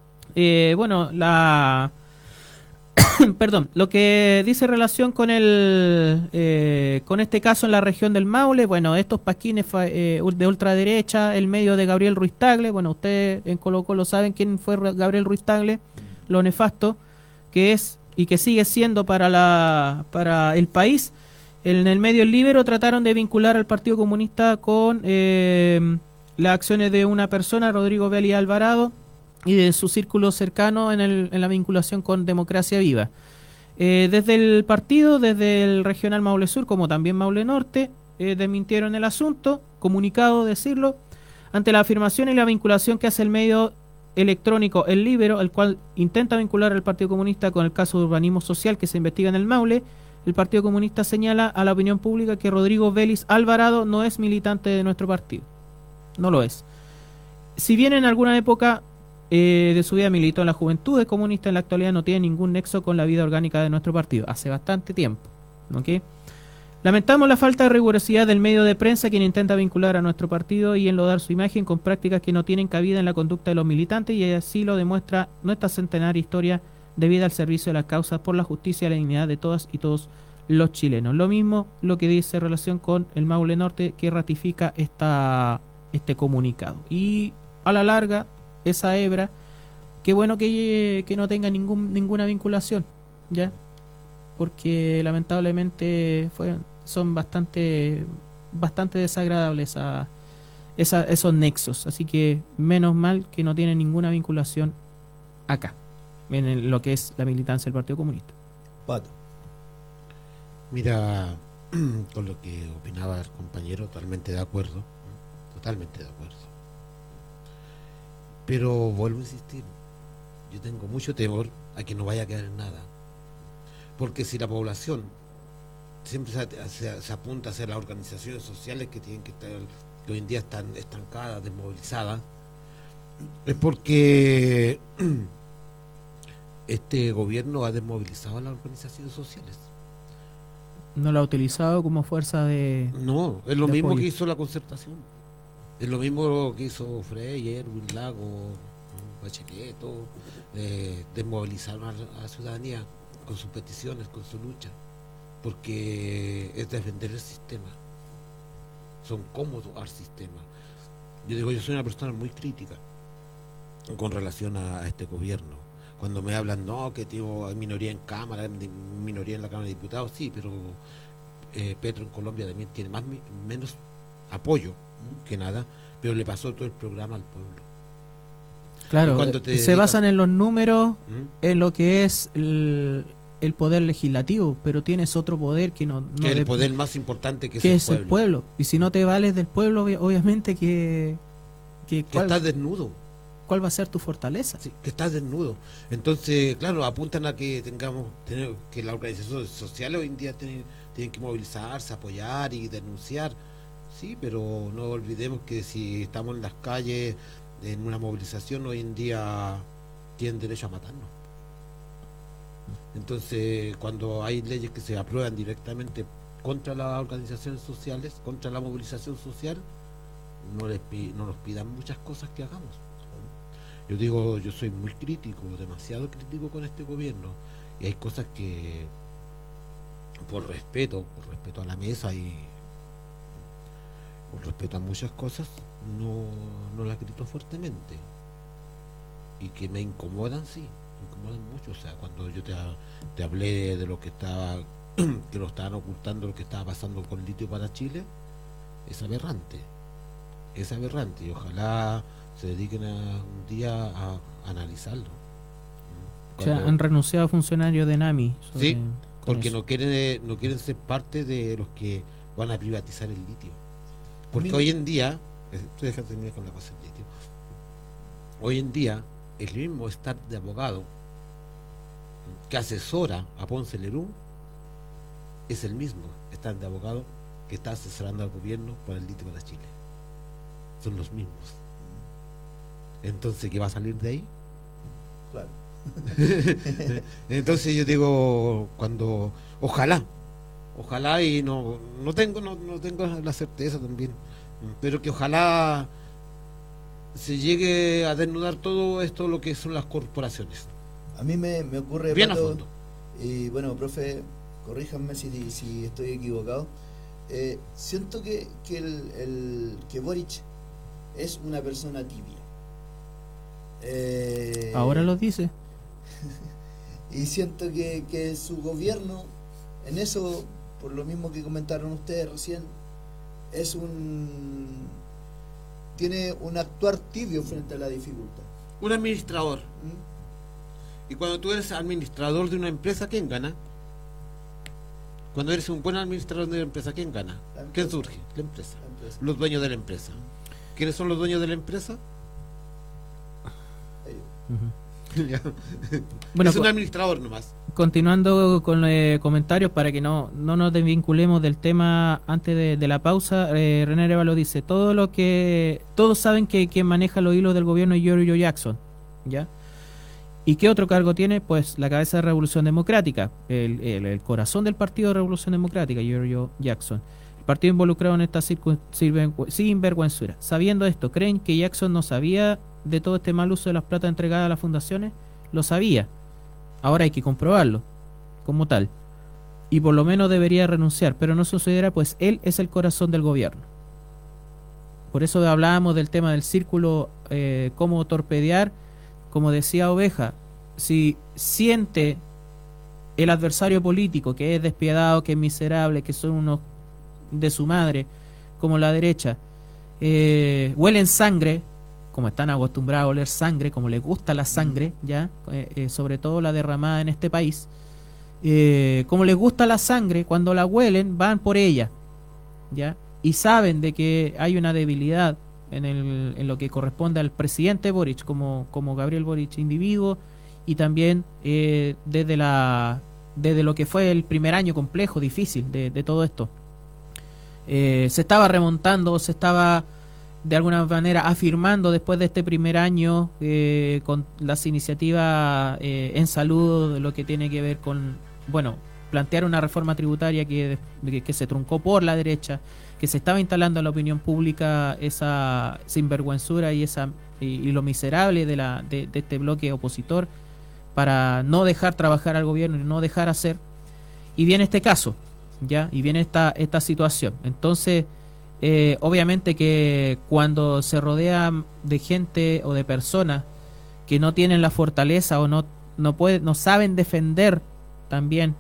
Perdón, lo que dice relación con con este caso en la región del Maule, bueno, estos pasquines de ultraderecha, el medio de Gabriel Ruiz Tagle, bueno, ustedes en Colo Colo saben quién fue Gabriel Ruiz Tagle, lo nefasto que es, y que sigue siendo para el país. En el medio El Líbero trataron de vincular al Partido Comunista con las acciones de una persona, Rodrigo Vélez Alvarado, y de su círculo cercano en la vinculación con Democracia Viva. Desde el partido, desde el regional Maule Sur, como también Maule Norte, desmintieron el asunto, comunicado decirlo, ante la afirmación y la vinculación que hace el medio electrónico El Líbero, el cual intenta vincular al Partido Comunista con el caso de urbanismo social que se investiga en el Maule. El Partido Comunista señala a la opinión pública que Rodrigo Vélez Alvarado no es militante de nuestro partido. No lo es. Si bien en alguna época de su vida militó en la Juventudes Comunistas, en la actualidad no tiene ningún nexo con la vida orgánica de nuestro partido. Hace bastante tiempo. ¿Okay? Lamentamos la falta de rigurosidad del medio de prensa quien intenta vincular a nuestro partido y enlodar su imagen con prácticas que no tienen cabida en la conducta de los militantes, y así lo demuestra nuestra centenaria historia de vida al servicio de las causas por la justicia y la dignidad de todas y todos los chilenos. Lo mismo lo que dice en relación con el Maule Norte, que ratifica este comunicado. Y a la larga, esa hebra, qué bueno que no tenga ninguna vinculación, ¿ya? Porque lamentablemente son bastante desagradables esos nexos. Así que menos mal que no tiene ninguna vinculación acá, en lo que es la militancia del Partido Comunista. Pato. Mira, con lo que opinaba el compañero, totalmente de acuerdo. Pero vuelvo a insistir, yo tengo mucho temor a que no vaya a quedar en nada. Porque si la población siempre se apunta hacia las organizaciones sociales que tienen que estar, que hoy en día están estancadas, desmovilizadas, es porque este gobierno ha desmovilizado a las organizaciones sociales. No la ha utilizado como fuerza de... No, es lo mismo apoyo. que hizo la Concertación. Es lo mismo que hizo Frey, Erwin, Lago, Bachelet, todo. Desmovilizaron a la ciudadanía con sus peticiones, con su lucha, porque es defender el sistema. Son cómodos al sistema. Yo digo, yo soy una persona muy crítica con relación a este gobierno. Cuando me hablan, no, que tengo minoría en Cámara, minoría en la Cámara de Diputados, sí, pero Petro en Colombia también tiene menos apoyo que nada, pero le pasó todo el programa al pueblo. Claro, se basan en los números, en lo que es el poder legislativo, pero tienes otro poder que no que el poder más importante que es el pueblo. Y si no te vales del pueblo, obviamente que estás desnudo. ¿Cuál va a ser tu fortaleza? Sí, que estás desnudo. Entonces, claro, apuntan a que que las organizaciones sociales hoy en día tienen que movilizarse, apoyar y denunciar. Sí, pero no olvidemos que si estamos en las calles en una movilización, hoy en día tienen derecho a matarnos. Entonces, cuando hay leyes que se aprueban directamente contra las organizaciones sociales, contra la movilización social, no nos pidan muchas cosas que hagamos. Yo digo, yo soy muy crítico, demasiado crítico con este gobierno, y hay cosas que por respeto a la mesa y por respeto a muchas cosas, no las grito fuertemente, y que me incomodan, sí, me incomodan mucho. O sea, cuando yo te hablé de lo que que lo estaban ocultando, lo que estaba pasando con litio para Chile, es aberrante, y ojalá se dediquen un día a analizarlo. O sea, han renunciado a funcionarios de NAMI. Sí, porque no quieren ser parte de los que van a privatizar el litio. Porque hoy en día, déjame terminar con la cosa del litio. Hoy en día, el mismo staff de abogado que asesora a Ponce Lerú es el mismo staff de abogado que está asesorando al gobierno por el litio para Chile. Son los mismos. Entonces, ¿qué va a salir de ahí? Claro. Entonces yo digo, ojalá y no tengo la certeza también, pero que ojalá se llegue a desnudar todo esto, lo que son las corporaciones. A mí me ocurre, bien Pato, a fondo. Y bueno, profe, corríjanme si estoy equivocado. Siento que Boric es una persona tibia. Ahora lo dice. Y siento que su gobierno, en eso, por lo mismo que comentaron ustedes recién, tiene un actuar tibio frente a la dificultad. Un administrador. ¿Mm? Y cuando tú eres administrador de una empresa, ¿quién gana? Cuando eres un buen administrador de una empresa, ¿quién gana? ¿Quién surge? La empresa. Los dueños de la empresa. ¿Quiénes son los dueños de la empresa? Bueno, es un administrador nomás. Continuando con comentarios para que no nos desvinculemos del tema antes de la pausa, René Arevalo dice, todos saben que quien maneja los hilos del gobierno es Giorgio Jackson, ¿ya? ¿Y qué otro cargo tiene? Pues la cabeza de Revolución Democrática, el corazón del partido de Revolución Democrática, Giorgio Jackson. El partido involucrado en esta sinvergüenzura. Sabiendo esto, ¿creen que Jackson no sabía de todo este mal uso de las plata entregadas a las fundaciones? Lo sabía. Ahora hay que comprobarlo como tal. Y por lo menos debería renunciar, pero no sucederá, pues él es el corazón del gobierno. Por eso hablábamos del tema del círculo, cómo torpedear. Como decía Oveja, si siente el adversario político que es despiadado, que es miserable, que son unos de su madre, como la derecha, huelen sangre, como están acostumbrados a oler sangre, como les gusta la sangre, ya, sobre todo la derramada en este país, como les gusta la sangre, cuando la huelen van por ella, ya, y saben de que hay una debilidad en lo que corresponde al presidente Boric, como Gabriel Boric individuo, y también desde lo que fue el primer año complejo, difícil de todo esto. Se estaba remontando, se estaba de alguna manera afirmando después de este primer año con las iniciativas en salud, lo que tiene que ver con, bueno, plantear una reforma tributaria que se truncó por la derecha, que se estaba instalando en la opinión pública esa sinvergüenzura y lo miserable de este bloque opositor para no dejar trabajar al gobierno y no dejar hacer. Y viene este caso, ¿ya? Y viene esta situación. Entonces, obviamente que cuando se rodea de gente o de personas que no tienen la fortaleza o no saben defender también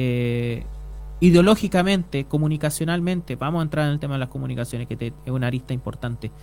ideológicamente, comunicacionalmente, vamos a entrar en el tema de las comunicaciones, que es una arista importante,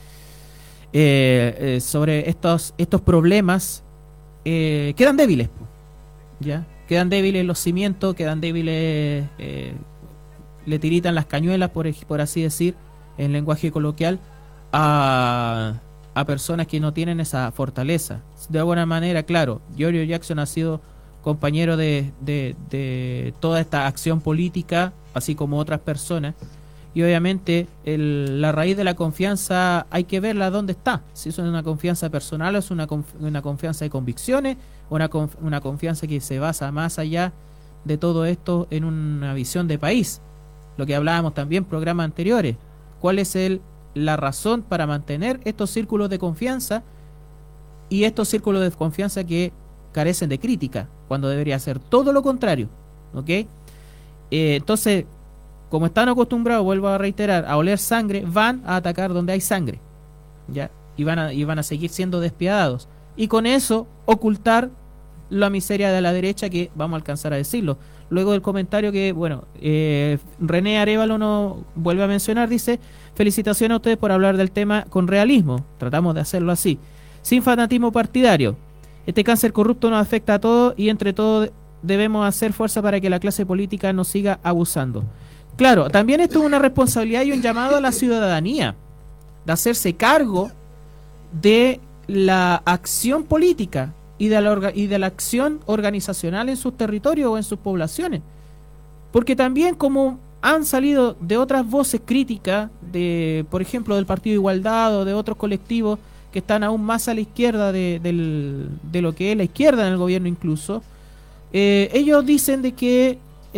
sobre estos problemas, quedan débiles, ¿ya? Quedan débiles los cimientos, quedan débiles, le tiritan las cañuelas, por así decir, en lenguaje coloquial, a personas que no tienen esa fortaleza. De alguna manera, claro, Giorgio Jackson ha sido compañero de toda esta acción política, así como otras personas, y obviamente la raíz de la confianza hay que verla dónde está, si eso es una confianza personal o es una confianza de convicciones, o una confianza que se basa más allá de todo esto en una visión de país, lo que hablábamos también en programas anteriores. ¿Cuál es la razón para mantener estos círculos de confianza y estos círculos de confianza que carecen de crítica, cuando debería ser todo lo contrario? ¿Ok? Entonces, como están acostumbrados, vuelvo a reiterar, a oler sangre, van a atacar donde hay sangre, ¿ya? Y van a seguir siendo despiadados. Y con eso, ocultar la miseria de la derecha, que vamos a alcanzar a decirlo. Luego del comentario que, bueno, René Arevalo nos vuelve a mencionar, dice: felicitaciones a ustedes por hablar del tema con realismo. Tratamos de hacerlo así, sin fanatismo partidario. Este cáncer corrupto nos afecta a todos y entre todos debemos hacer fuerza para que la clase política no siga abusando. Claro, también esto es una responsabilidad y un llamado a la ciudadanía de hacerse cargo de la acción política y de la acción organizacional en sus territorios o en sus poblaciones, porque también, como han salido de otras voces críticas, por ejemplo del Partido Igualdad o de otros colectivos que están aún más a la izquierda de lo que es la izquierda en el gobierno incluso, ellos dicen de que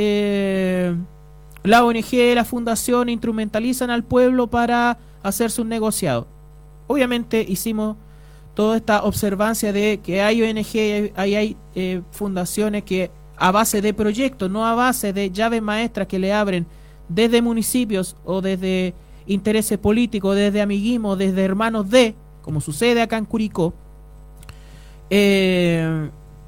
la ONG, la fundación instrumentalizan al pueblo para hacer sus negociados. Obviamente hicimos toda esta observancia de que hay ONG, hay fundaciones que a base de proyectos, no a base de llaves maestras que le abren desde municipios o desde intereses políticos, desde amiguismo, desde hermanos de, como sucede acá en Curicó,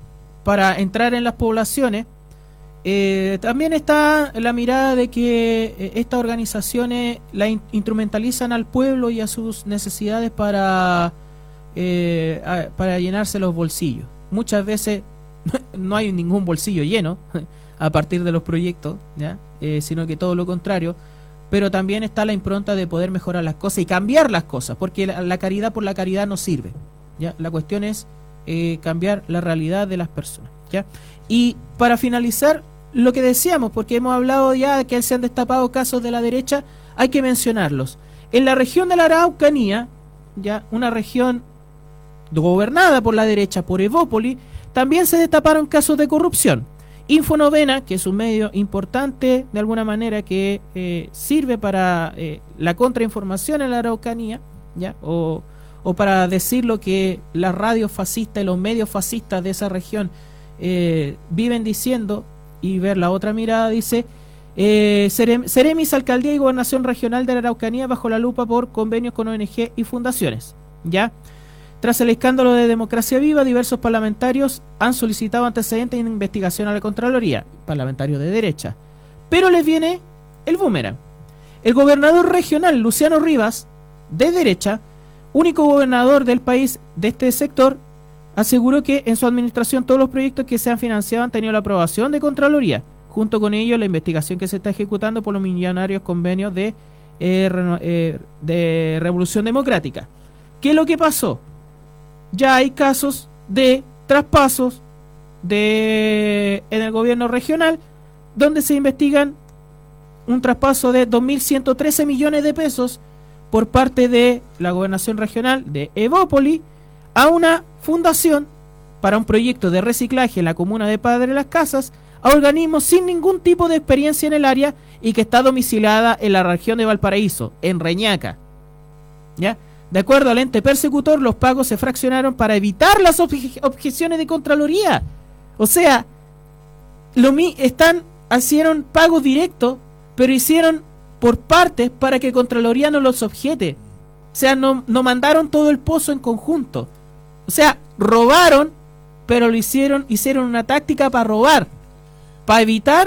para entrar en las poblaciones. También está la mirada de que estas organizaciones instrumentalizan al pueblo y a sus necesidades para llenarse los bolsillos. Muchas veces no hay ningún bolsillo lleno a partir de los proyectos, ¿ya? Sino que todo lo contrario. Pero también está la impronta de poder mejorar las cosas y cambiar las cosas, porque la caridad por la caridad no sirve, ¿ya? La cuestión es cambiar la realidad de las personas, ¿ya? Y para finalizar, lo que decíamos, porque hemos hablado ya de que se han destapado casos de la derecha, hay que mencionarlos. En la región de la Araucanía, ya una región gobernada por la derecha, por Evópoli, también se destaparon casos de corrupción. Infonovena, que es un medio importante de alguna manera que sirve para la contrainformación en la Araucanía, ¿ya? O para decir lo que las radios fascistas y los medios fascistas de esa región viven diciendo, y ver la otra mirada, dice Ceremis, Alcaldía y Gobernación Regional de la Araucanía bajo la lupa por convenios con ONG y fundaciones, ¿ya? Tras el escándalo de Democracia Viva, diversos parlamentarios han solicitado antecedentes de investigación a la Contraloría, parlamentarios de derecha. Pero les viene el boomerang. El gobernador regional, Luciano Rivas, de derecha, único gobernador del país de este sector, aseguró que en su administración todos los proyectos que se han financiado han tenido la aprobación de Contraloría. Junto con ello, la investigación que se está ejecutando por los millonarios convenios de Revolución Democrática. ¿Qué es lo que pasó? Ya hay casos de traspasos en el gobierno regional donde se investigan un traspaso de 2.113 millones de pesos por parte de la gobernación regional de Evópoli a una fundación para un proyecto de reciclaje en la comuna de Padre Las Casas, a organismos sin ningún tipo de experiencia en el área y que está domiciliada en la región de Valparaíso, en Reñaca, ¿ya? De acuerdo al ente persecutor, los pagos se fraccionaron para evitar las objeciones de Contraloría. O sea, hicieron pagos directos, pero hicieron por partes para que Contraloría no los objete. O sea, no mandaron todo el pozo en conjunto. O sea, robaron, pero hicieron una táctica para robar, para evitar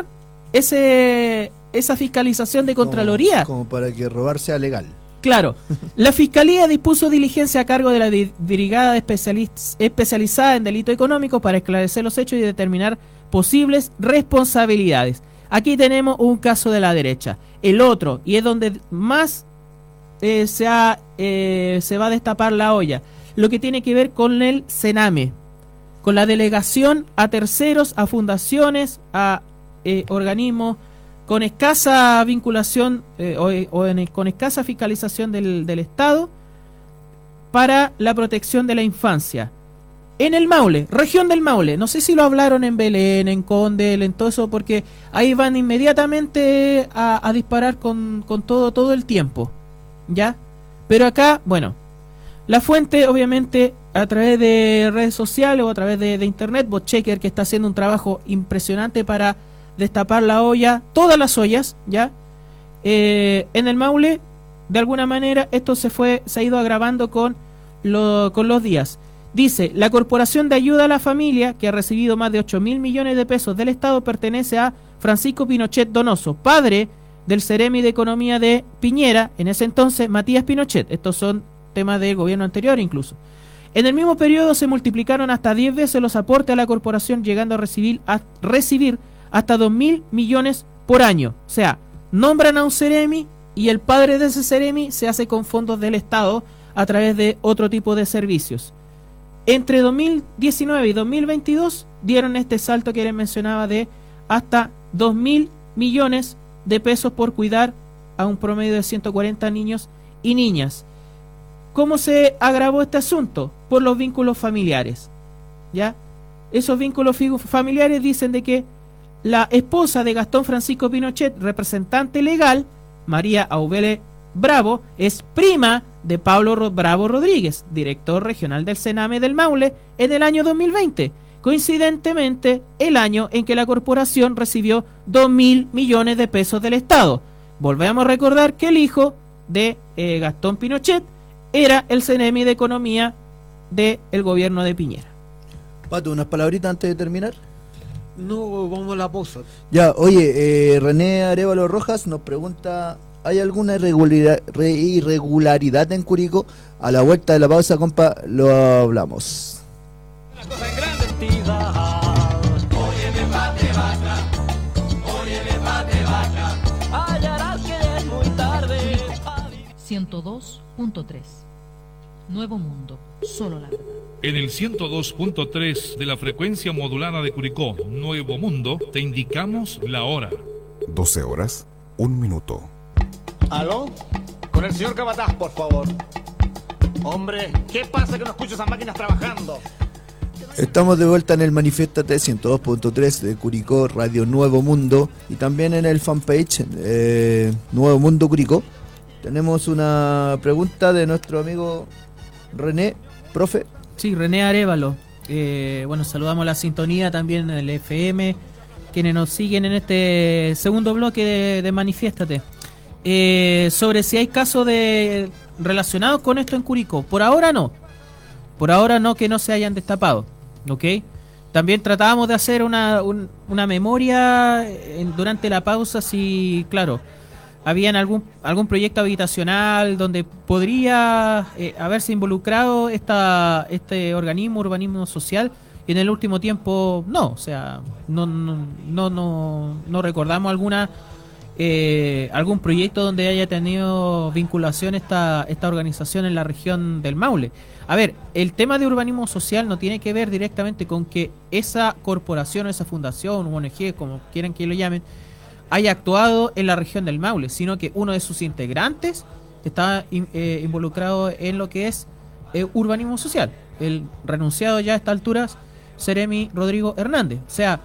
esa fiscalización de Contraloría. Como para que robar sea legal. Claro, la Fiscalía dispuso diligencia a cargo de la Brigada especializada en delito económico para esclarecer los hechos y determinar posibles responsabilidades. Aquí tenemos un caso de la derecha. El otro, y es donde más se va a destapar la olla, lo que tiene que ver con el Sename, con la delegación a terceros, a fundaciones, a organismos con escasa vinculación con escasa fiscalización del Estado para la protección de la infancia. En el Maule, región del Maule, no sé si lo hablaron en Belén, en Condel, en todo eso, porque ahí van inmediatamente a disparar con todo el tiempo, ¿ya? Pero acá, bueno, la fuente, obviamente, a través de redes sociales o a través de internet, BotChecker, que está haciendo un trabajo impresionante para destapar la olla, todas las ollas, ¿ya? En el Maule, de alguna manera, esto se ha ido agravando con los días. Dice, la Corporación de Ayuda a la Familia, que ha recibido más de 8.000 millones de pesos del Estado, pertenece a Francisco Pinochet Donoso, padre del Ceremi de Economía de Piñera, en ese entonces Matías Pinochet. Estos son temas del gobierno anterior incluso. En el mismo periodo se multiplicaron hasta 10 veces los aportes a la corporación, llegando a recibir hasta 2.000 millones por año. O sea, nombran a un Ceremi y el padre de ese Ceremi se hace con fondos del Estado a través de otro tipo de servicios. Entre 2019 y 2022 dieron este salto que les mencionaba de hasta 2.000 millones de pesos por cuidar a un promedio de 140 niños y niñas. ¿Cómo se agravó este asunto? Por los vínculos familiares, ¿ya? Esos vínculos familiares dicen de que la esposa de Gastón Francisco Pinochet, representante legal, María Aubele Bravo, es prima de Pablo Bravo Rodríguez, director regional del Sename del Maule, en el año 2020, coincidentemente el año en que la corporación recibió 2.000 millones de pesos del Estado. Volvemos a recordar que el hijo de Gastón Pinochet era el Ceremi de Economía del gobierno de Piñera. Pato, unas palabritas antes de terminar. No, vamos a la pausa. Ya, oye, René Arévalo Rojas nos pregunta, ¿hay alguna irregularidad en Curicó? A la vuelta de la pausa, compa, lo hablamos. Las cosas en gran entidad. Óyeme, pate vaca, óyeme, pate vaca, hallarás que es muy tarde. 102.3 Nuevo Mundo, solo la verdad. En el 102.3 de la frecuencia modulada de Curicó, Nuevo Mundo, te indicamos la hora. 12 horas, 1 minuto. ¿Aló? Con el señor Capataz, por favor. Hombre, ¿qué pasa que no escucho esas máquinas trabajando? Estamos de vuelta en el Manifiéstate 102.3 de Curicó, Radio Nuevo Mundo, y también en el fanpage Nuevo Mundo Curicó. Tenemos una pregunta de nuestro amigo René, profe. Sí, René Arévalo. Bueno, saludamos la sintonía también en el FM, quienes nos siguen en este segundo bloque de Manifiéstate. Sobre si hay casos relacionados con esto en Curicó. Por ahora no. Por ahora no, que no se hayan destapado. ¿Ok? También tratábamos de hacer una memoria durante la pausa, si, claro, habían algún proyecto habitacional donde podría haberse involucrado este urbanismo social, y en el último tiempo no, o sea, no recordamos algún proyecto donde haya tenido vinculación esta organización en la región del Maule. A ver, el tema de urbanismo social no tiene que ver directamente con que esa corporación, esa fundación, ONG, como quieran que lo llamen, haya actuado en la región del Maule, sino que uno de sus integrantes está involucrado en lo que es urbanismo social, el renunciado ya a estas alturas Seremi Rodrigo Hernández. O sea,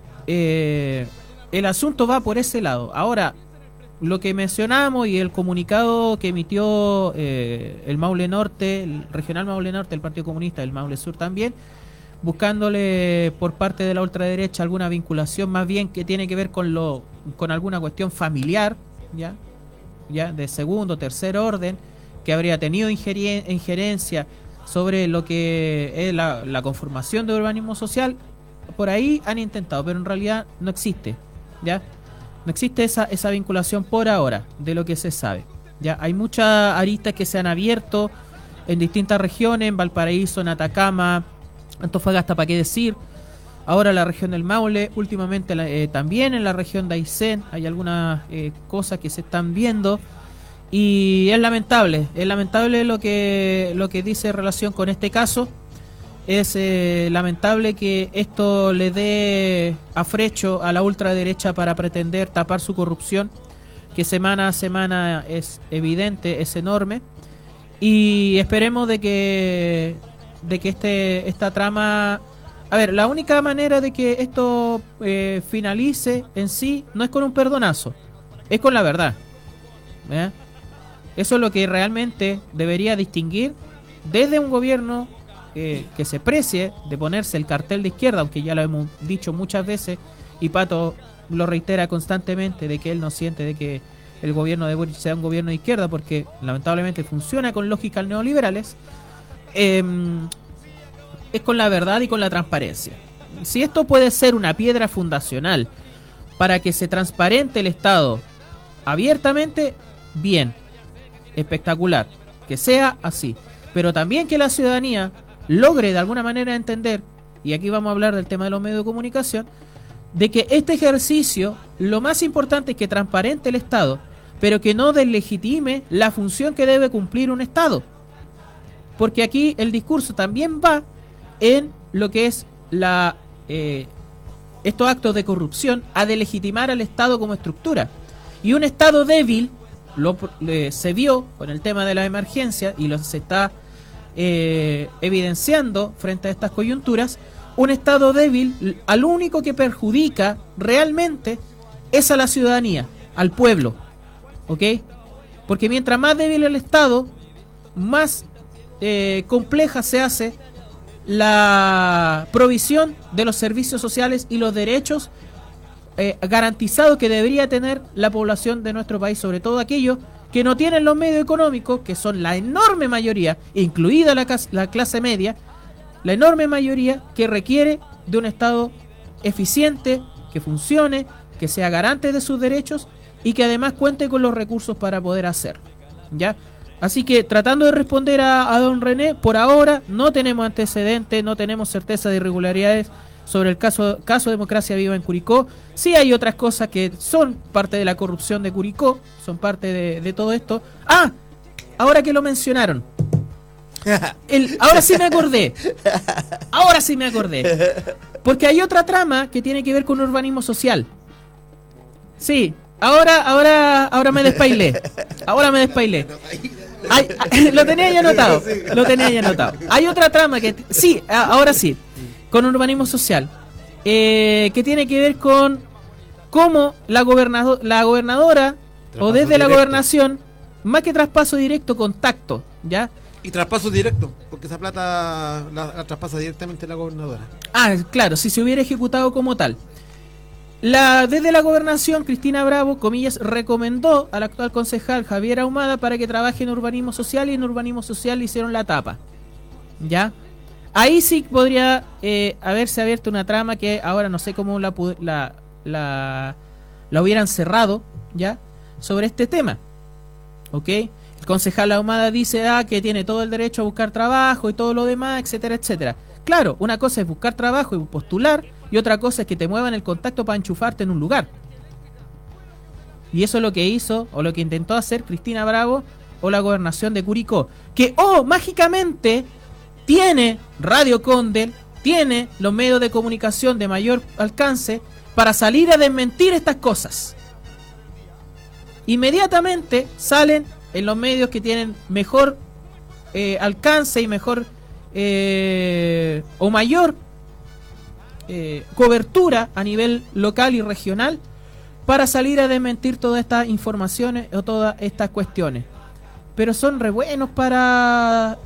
el asunto va por ese lado. Ahora, lo que mencionamos y el comunicado que emitió el Maule Norte, el Regional Maule Norte, el Partido Comunista, el Maule Sur también, buscándole por parte de la ultraderecha alguna vinculación más bien que tiene que ver con alguna cuestión familiar, ya de segundo, tercer orden, que habría tenido injerencia sobre lo que es la conformación de urbanismo social. Por ahí han intentado, pero en realidad no existe, ¿ya? No existe esa vinculación por ahora, de lo que se sabe. Ya hay muchas aristas que se han abierto en distintas regiones, en Valparaíso, en Atacama, Antofagasta, para qué decir. Ahora la región del Maule, últimamente también en la región de Aysén hay algunas cosas que se están viendo, y es lamentable lo que dice en relación con este caso. Es lamentable que esto le dé afrecho a la ultraderecha para pretender tapar su corrupción, que semana a semana es evidente, es enorme, y esperemos de que esta trama... A ver, la única manera de que esto finalice en sí no es con un perdonazo, es con la verdad. Eso es lo que realmente debería distinguir desde un gobierno que se precie de ponerse el cartel de izquierda, aunque ya lo hemos dicho muchas veces, y Pato lo reitera constantemente, de que él no siente de que el gobierno de Boric sea un gobierno de izquierda, porque lamentablemente funciona con lógicas neoliberales. Es con la verdad y con la transparencia. Si esto puede ser una piedra fundacional para que se transparente el Estado abiertamente, bien, espectacular, que sea así, pero también que la ciudadanía logre de alguna manera entender, y aquí vamos a hablar del tema de los medios de comunicación, de que este ejercicio, lo más importante es que transparente el Estado, pero que no deslegitime la función que debe cumplir un Estado, porque aquí el discurso también va en lo que es estos actos de corrupción, a delegitimar al Estado como estructura, y un Estado débil se vio con el tema de la emergencia, y se está evidenciando frente a estas coyunturas. Un Estado débil, al único que perjudica realmente es a la ciudadanía, al pueblo, ¿ok? Porque mientras más débil el Estado, más compleja se hace la provisión de los servicios sociales y los derechos garantizados que debería tener la población de nuestro país, sobre todo aquellos que no tienen los medios económicos, que son la enorme mayoría, incluida la clase media, la enorme mayoría que requiere de un Estado eficiente, que funcione, que sea garante de sus derechos y que además cuente con los recursos para poder hacer, ¿ya? Así que tratando de responder a don René, por ahora no tenemos antecedentes, no tenemos certeza de irregularidades sobre el caso Democracia Viva en Curicó. Sí hay otras cosas que son parte de la corrupción de Curicó, son parte de todo esto. Ah, ahora que lo mencionaron, ahora sí me acordé, porque hay otra trama que tiene que ver con urbanismo social. Sí, ahora me despailé. Lo tenía ya anotado. Hay otra trama que sí, ahora sí, con urbanismo social, que tiene que ver con cómo la gobernadora o desde la gobernación, más que traspaso directo, contacto, ¿ya? Y traspaso directo, porque esa plata la traspasa directamente la gobernadora. Ah, claro, si se hubiera ejecutado como tal. Desde la gobernación, Cristina Bravo, comillas, recomendó al actual concejal Javier Ahumada para que trabaje en urbanismo social, y en urbanismo social le hicieron la tapa, ¿ya? Ahí sí podría haberse abierto una trama que ahora no sé cómo la hubieran cerrado, ¿ya? Sobre este tema, ¿ok? El concejal Ahumada dice que tiene todo el derecho a buscar trabajo y todo lo demás, etcétera, etcétera. Claro, una cosa es buscar trabajo y postular, y otra cosa es que te muevan el contacto para enchufarte en un lugar. Y eso es lo que hizo, o lo que intentó hacer Cristina Bravo o la gobernación de Curicó, que mágicamente tiene Radio Condel, tiene los medios de comunicación de mayor alcance para salir a desmentir estas cosas. Inmediatamente salen en los medios que tienen mejor alcance y mejor o mayor cobertura a nivel local y regional, para salir a desmentir todas estas informaciones o todas estas cuestiones. Pero son re buenos para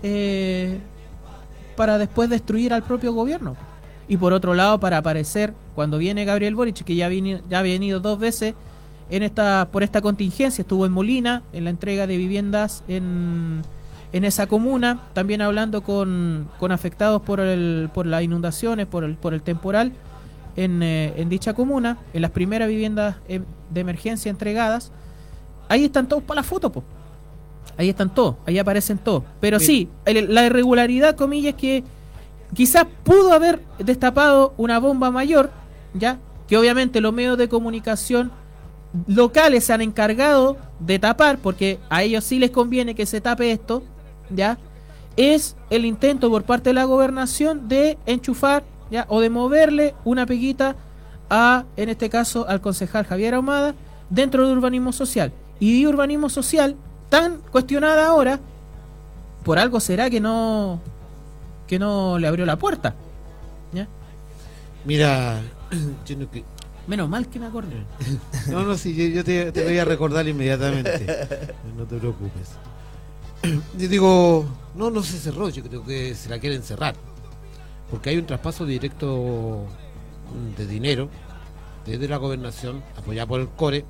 después destruir al propio gobierno. Y por otro lado, para aparecer cuando viene Gabriel Boric, que ya ha venido 2 veces por esta contingencia. Estuvo en Molina en la entrega de viviendas en esa comuna, también hablando con afectados por las inundaciones, por el temporal en dicha comuna, en las primeras viviendas de emergencia entregadas. Ahí están todos para la foto, po. Ahí están todos, ahí aparecen todos. Pero sí, la irregularidad, comillas, que quizás pudo haber destapado una bomba mayor, ya, que obviamente los medios de comunicación locales se han encargado de tapar, porque a ellos sí les conviene que se tape esto, ya, es el intento por parte de la gobernación de enchufar, ya, o de moverle una peguita en este caso al concejal Javier Ahumada dentro de urbanismo social. Y de urbanismo social tan cuestionada ahora, por algo será que no le abrió la puerta, ¿ya? Mira, menos mal que me acordé. No, sí, yo te voy a recordar inmediatamente. No te preocupes. Yo digo, no se cerró, yo creo que se la quieren cerrar, porque hay un traspaso directo de dinero desde la gobernación, apoyada por el CORE,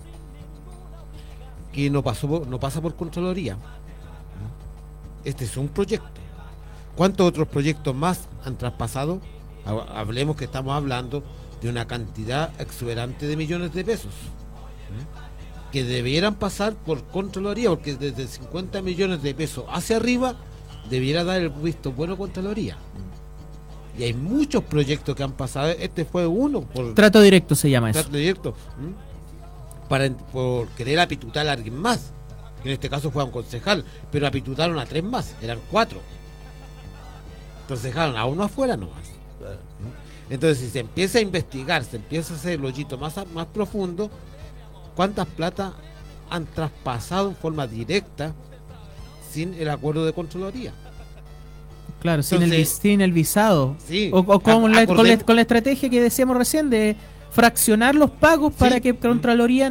que no pasa por Contraloría. Este es un proyecto. ¿Cuántos otros proyectos más han traspasado? Hablemos que estamos hablando de una cantidad exuberante de millones de pesos, que debieran pasar por Contraloría, porque desde 50 millones de pesos hacia arriba debiera dar el visto bueno Contraloría. Y hay muchos proyectos que han pasado. Este fue uno por trato directo, se llama eso. Trato directo, por querer apitutar a alguien más, que en este caso fue a un concejal, pero apitutaron a 3 más, eran 4. Entonces dejaron a uno afuera nomás. Entonces, si se empieza a investigar, se empieza a hacer el hoyito más profundo, ¿cuántas plata han traspasado en forma directa sin el acuerdo de Contraloría? Claro, entonces, sin el visado. Sí, o con la estrategia que decíamos recién de fraccionar los pagos, sí, para que Contraloría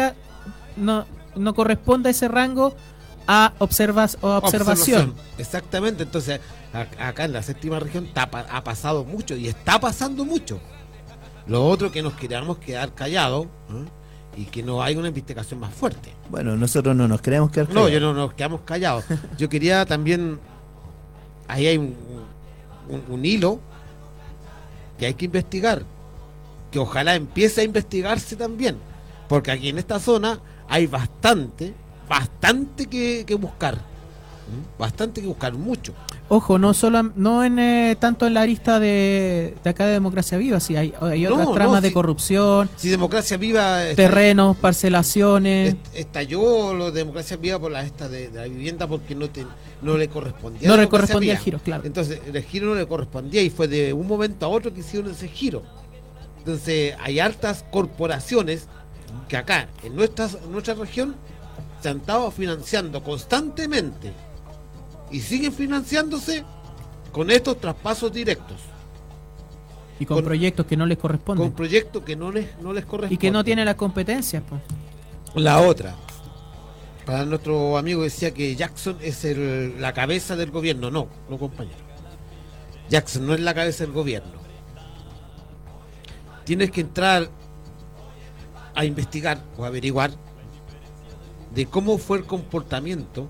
no corresponda ese rango a observación. Exactamente. Entonces, acá en la 7ª región ha pasado mucho y está pasando mucho. Lo otro, que nos queramos quedar callados, y que no hay una investigación más fuerte. Bueno, nosotros no nos queremos quedar callados. No, yo no nos quedamos callados. Yo quería también, ahí hay un hilo que hay que investigar, que ojalá empiece a investigarse también, porque aquí en esta zona hay bastante que buscar, bastante que buscar, mucho. Ojo, no tanto en la arista de acá de Democracia Viva, sí, hay otras tramas de corrupción, si Democracia Viva terrenos, parcelaciones. Estalló lo de Democracia Viva por de la vivienda porque no le correspondía. No le correspondía el giro, claro. Entonces el giro no le correspondía y fue de un momento a otro que hicieron ese giro. Entonces hay hartas corporaciones que acá en nuestra región se han estado financiando constantemente y siguen financiándose con estos traspasos directos. Y con proyectos que no les corresponden. Con proyectos que no les corresponden. Y que no tienen las competencias, pues. La otra, para nuestro amigo decía que Jackson es la cabeza del gobierno. No, compañero. Jackson no es la cabeza del gobierno. Tienes que entrar a investigar o averiguar de cómo fue el comportamiento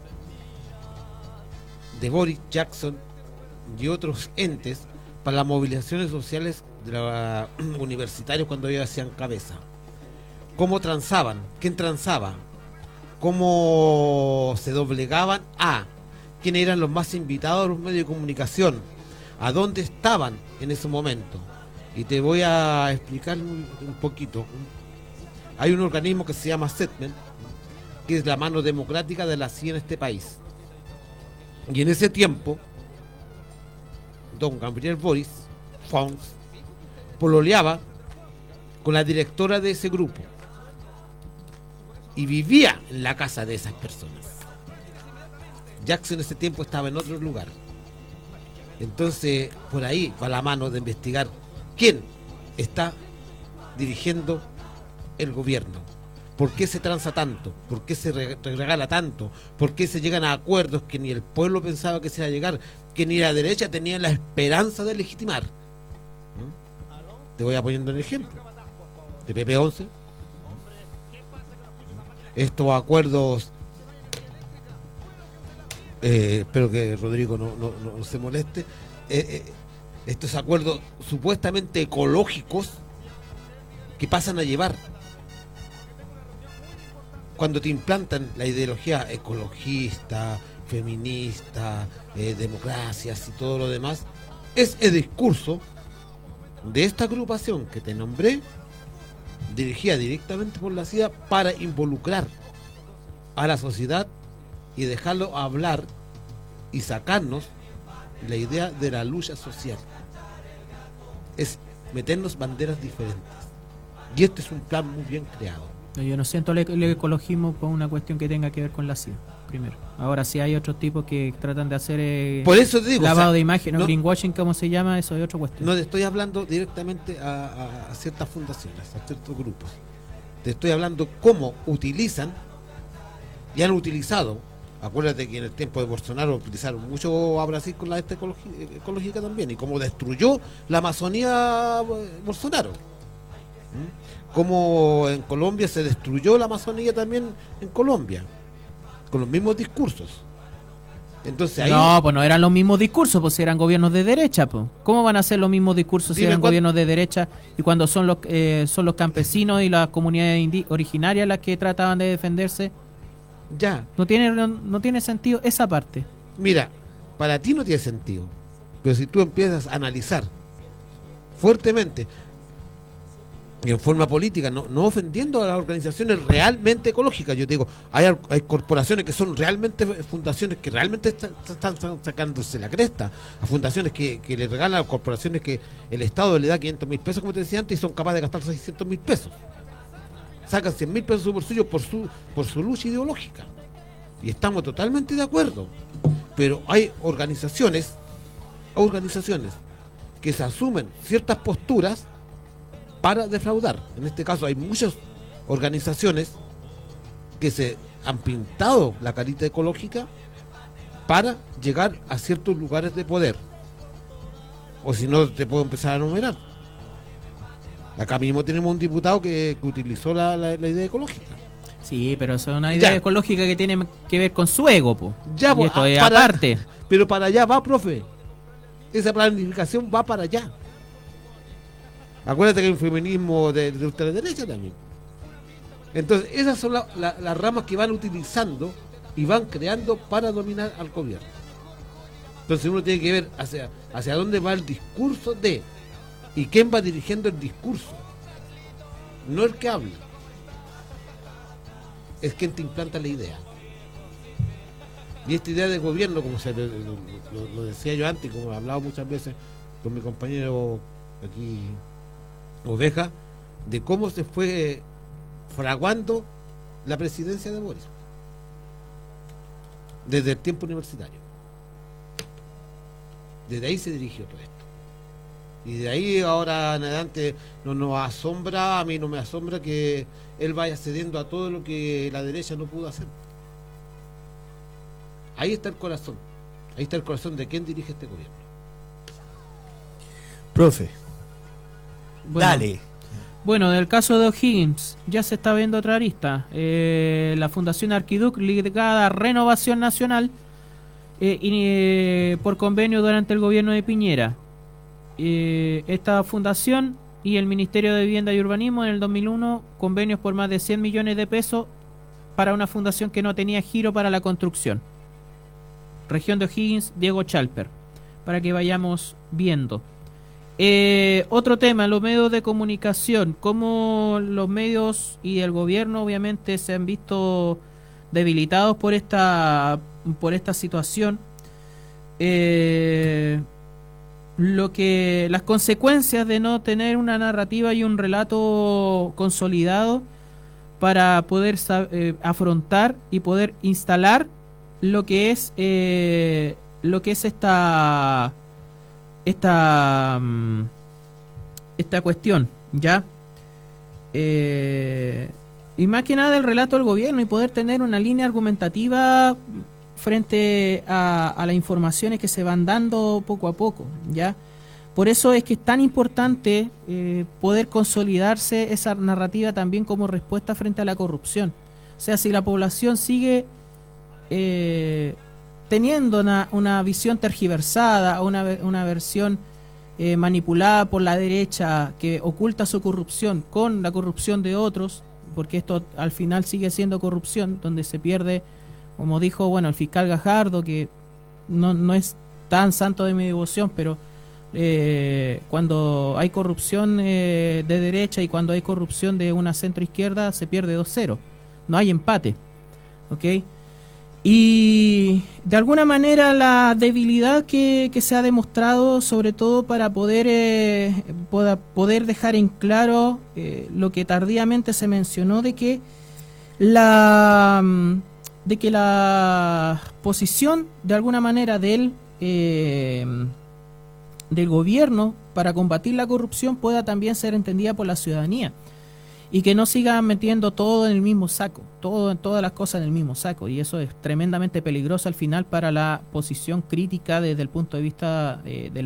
de Boris Jackson y otros entes para las movilizaciones sociales de los universitarios cuando ellos hacían cabeza. Cómo transaban, quién transaba, cómo se doblegaban quiénes eran los más invitados a los medios de comunicación, a dónde estaban en ese momento. Y te voy a explicar un poquito. Hay un organismo que se llama SETMEN, que es la mano democrática de la CIA en este país. Y en ese tiempo, don Gabriel Boris Fons pololeaba con la directora de ese grupo y vivía en la casa de esas personas. Jackson en ese tiempo estaba en otro lugar. Entonces, por ahí va la mano de investigar quién está dirigiendo el gobierno. ¿Por qué se transa tanto? ¿Por qué se regala tanto? ¿Por qué se llegan a acuerdos que ni el pueblo pensaba que se iba a llegar? Que ni la derecha tenía la esperanza de legitimar. Te voy a poniendo un ejemplo. De PP-11. Estos acuerdos, espero que Rodrigo no se moleste, estos acuerdos supuestamente ecológicos que pasan a llevar, cuando te implantan la ideología ecologista, feminista, democracias y todo lo demás, es el discurso de esta agrupación que te nombré, dirigida directamente por la CIA para involucrar a la sociedad y dejarlo hablar y sacarnos la idea de la lucha social. Es meternos banderas diferentes. Y este es un plan muy bien creado. Yo no siento el ecologismo por una cuestión que tenga que ver con la CIA, primero. Ahora sí hay otros tipos que tratan de hacer por eso te digo, lavado de imagen, no, greenwashing, ¿cómo se llama? Eso es otra cuestión. No te estoy hablando directamente a ciertas fundaciones, a ciertos grupos. Te estoy hablando cómo utilizan y han utilizado. Acuérdate que en el tiempo de Bolsonaro utilizaron mucho a Brasil con la ecológica también, y cómo destruyó la Amazonía Bolsonaro. Como en Colombia se destruyó la Amazonía también en Colombia, con los mismos discursos. Entonces ahí... No, pues no eran los mismos discursos, pues eran gobiernos de derecha, pues. ¿Cómo van a ser los mismos discursos si eran gobiernos de derecha y cuando son los campesinos y las comunidades originarias las que trataban de defenderse? Ya. No tiene sentido esa parte. Mira, para ti no tiene sentido, pero si tú empiezas a analizar fuertemente y en forma política, no ofendiendo a las organizaciones realmente ecológicas, yo te digo, hay corporaciones que son realmente fundaciones que realmente están sacándose la cresta, a fundaciones que le regalan a las corporaciones que el Estado le da 500.000 pesos, como te decía antes, y son capaces de gastar 600.000 pesos. Sacan 100.000 pesos de su bolsillo por su lucha ideológica. Y estamos totalmente de acuerdo. Pero hay organizaciones que se asumen ciertas posturas para defraudar. En este caso hay muchas organizaciones que se han pintado la carita ecológica para llegar a ciertos lugares de poder. O si no, te puedo empezar a enumerar. Acá mismo tenemos un diputado que utilizó la idea ecológica. Sí, pero es una idea ecológica que tiene que ver con su ego, po. Ya, y esto es aparte. Pero para allá va, profe. esa planificación va para allá. Acuérdate que hay un feminismo de ultraderecha también. Entonces, esas son las ramas que van utilizando y van creando para dominar al gobierno. Entonces uno tiene que ver hacia dónde va el discurso y quién va dirigiendo el discurso. No el que habla, es quien te implanta la idea. Y esta idea de gobierno, como lo decía yo antes, como he hablado muchas veces con mi compañero aquí, Oveja, de cómo se fue fraguando la presidencia de Boris desde el tiempo universitario. Desde ahí se dirigió todo esto. Y de ahí ahora en adelante no nos asombra, a mí no me asombra que él vaya cediendo a todo lo que la derecha no pudo hacer. Ahí está el corazón. Ahí está el corazón de quién dirige este gobierno. Profe, Bueno, dale. Bueno, del caso de O'Higgins, ya se está viendo otra arista. La Fundación Arquiduc, ligada a Renovación Nacional, por convenio durante el gobierno de Piñera. Esta fundación y el Ministerio de Vivienda y Urbanismo en el 2001, convenios por más de 100 millones de pesos para una fundación que no tenía giro para la construcción. Región de O'Higgins, Diego Chalper, para que vayamos viendo. Otro tema, los medios de comunicación, cómo los medios y el gobierno obviamente se han visto debilitados por esta situación. Las consecuencias de no tener una narrativa y un relato consolidado para poder afrontar y poder instalar lo que es esta cuestión, ¿ya? Y más que nada el relato del gobierno y poder tener una línea argumentativa frente a las informaciones que se van dando poco a poco, ¿ya? Por eso es que es tan importante poder consolidarse esa narrativa también como respuesta frente a la corrupción. O sea, si la población sigue teniendo una visión tergiversada, una versión manipulada por la derecha que oculta su corrupción con la corrupción de otros, porque esto al final sigue siendo corrupción, donde se pierde, como dijo el fiscal Gajardo, que no es tan santo de mi devoción, pero cuando hay corrupción de derecha y cuando hay corrupción de una centroizquierda se pierde 2-0, no hay empate, ¿ok? Y de alguna manera la debilidad que se ha demostrado, sobre todo para poder dejar en claro lo que tardíamente se mencionó, de que la posición de alguna manera del gobierno para combatir la corrupción pueda también ser entendida por la ciudadanía. Y que no sigan metiendo todo en el mismo saco, todas las cosas en el mismo saco. Y eso es tremendamente peligroso al final para la posición crítica desde el punto de vista de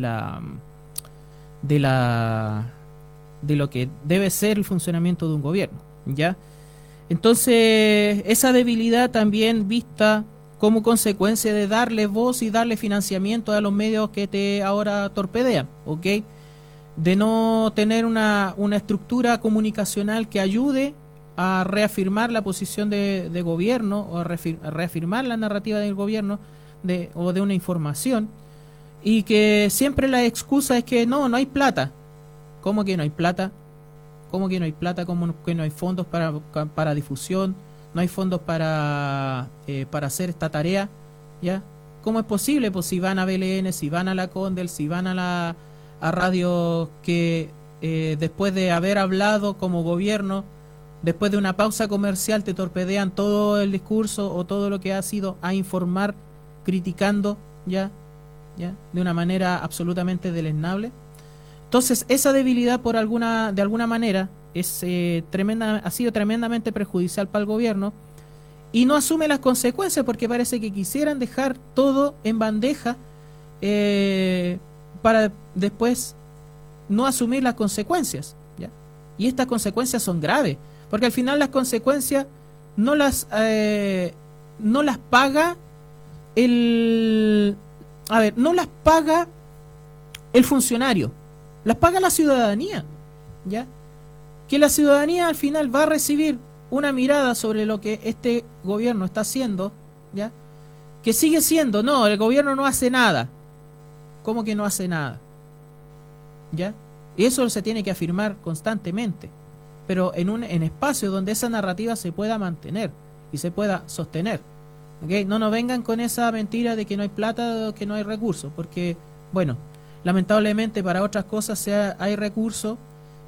lo que debe ser el funcionamiento de un gobierno, ¿ya? Entonces, esa debilidad también vista como consecuencia de darle voz y darle financiamiento a los medios que te ahora torpedean, ¿ok? De no tener una estructura comunicacional que ayude a reafirmar la posición de gobierno o a reafirmar la narrativa del gobierno o de una información, y que siempre la excusa es que no hay plata. ¿Cómo que no hay plata? ¿Cómo que no hay plata? ¿Cómo que no hay fondos para difusión? ¿No hay fondos para hacer esta tarea? ¿Ya? ¿Cómo es posible? Pues si van a BLN, si van a la Condel, si van a radio que después de haber hablado como gobierno, después de una pausa comercial te torpedean todo el discurso o todo lo que ha sido a informar, criticando ya de una manera absolutamente deleznable. Entonces esa debilidad de alguna manera ha sido tremendamente perjudicial para el gobierno y no asume las consecuencias, porque parece que quisieran dejar todo en bandeja para después no asumir las consecuencias, ¿ya? Y estas consecuencias son graves, porque al final las consecuencias no las paga el funcionario, las paga la ciudadanía, ¿ya? Que la ciudadanía al final va a recibir una mirada sobre lo que este gobierno está haciendo, ¿ya? Que sigue siendo, no, el gobierno no hace nada. ¿Cómo que no hace nada? ¿Ya? Y eso se tiene que afirmar constantemente, pero en espacios donde esa narrativa se pueda mantener y se pueda sostener. ¿Okay? No nos vengan con esa mentira de que no hay plata o que no hay recursos, porque, bueno, lamentablemente para otras cosas hay recursos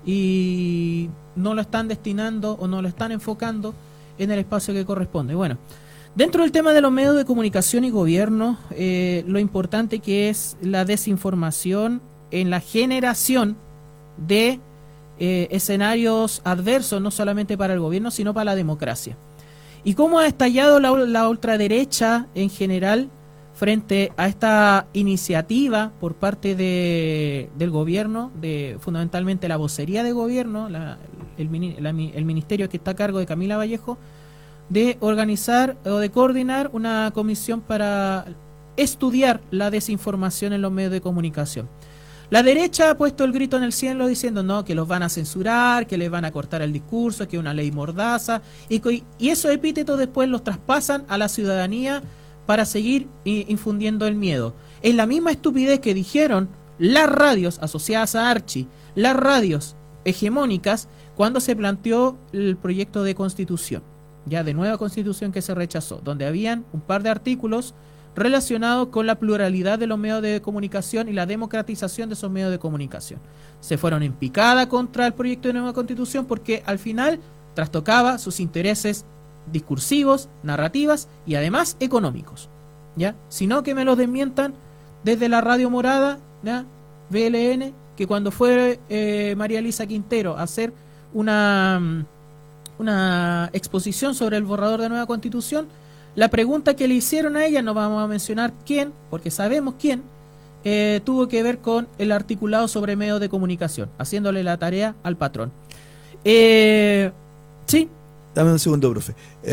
y no lo están destinando o no lo están enfocando en el espacio que corresponde. Bueno, dentro del tema de los medios de comunicación y gobierno, lo importante que es la desinformación en la generación de escenarios adversos, no solamente para el gobierno, sino para la democracia. Y cómo ha estallado la ultraderecha en general frente a esta iniciativa por parte del gobierno, fundamentalmente la vocería de gobierno, el ministerio que está a cargo de Camila Vallejo, de organizar o de coordinar una comisión para estudiar la desinformación en los medios de comunicación. La derecha ha puesto el grito en el cielo diciendo no, que los van a censurar, que les van a cortar el discurso, que es una ley mordaza, y esos epítetos después los traspasan a la ciudadanía para seguir infundiendo el miedo. Es la misma estupidez que dijeron las radios asociadas a Archie, las radios hegemónicas, cuando se planteó el proyecto de constitución, ya de nueva constitución que se rechazó, donde habían un par de artículos relacionados con la pluralidad de los medios de comunicación y la democratización de esos medios de comunicación. Se fueron en picada contra el proyecto de nueva constitución porque al final trastocaba sus intereses discursivos, narrativas y además económicos, ¿ya? Sino que me los desmientan desde la Radio Morada, ¿ya? BLN, que cuando fue María Elisa Quintero a hacer una exposición sobre el borrador de nueva constitución, la pregunta que le hicieron a ella, no vamos a mencionar quién, porque sabemos quién, tuvo que ver con el articulado sobre medios de comunicación, haciéndole la tarea al patrón. Sí. Dame un segundo, profe.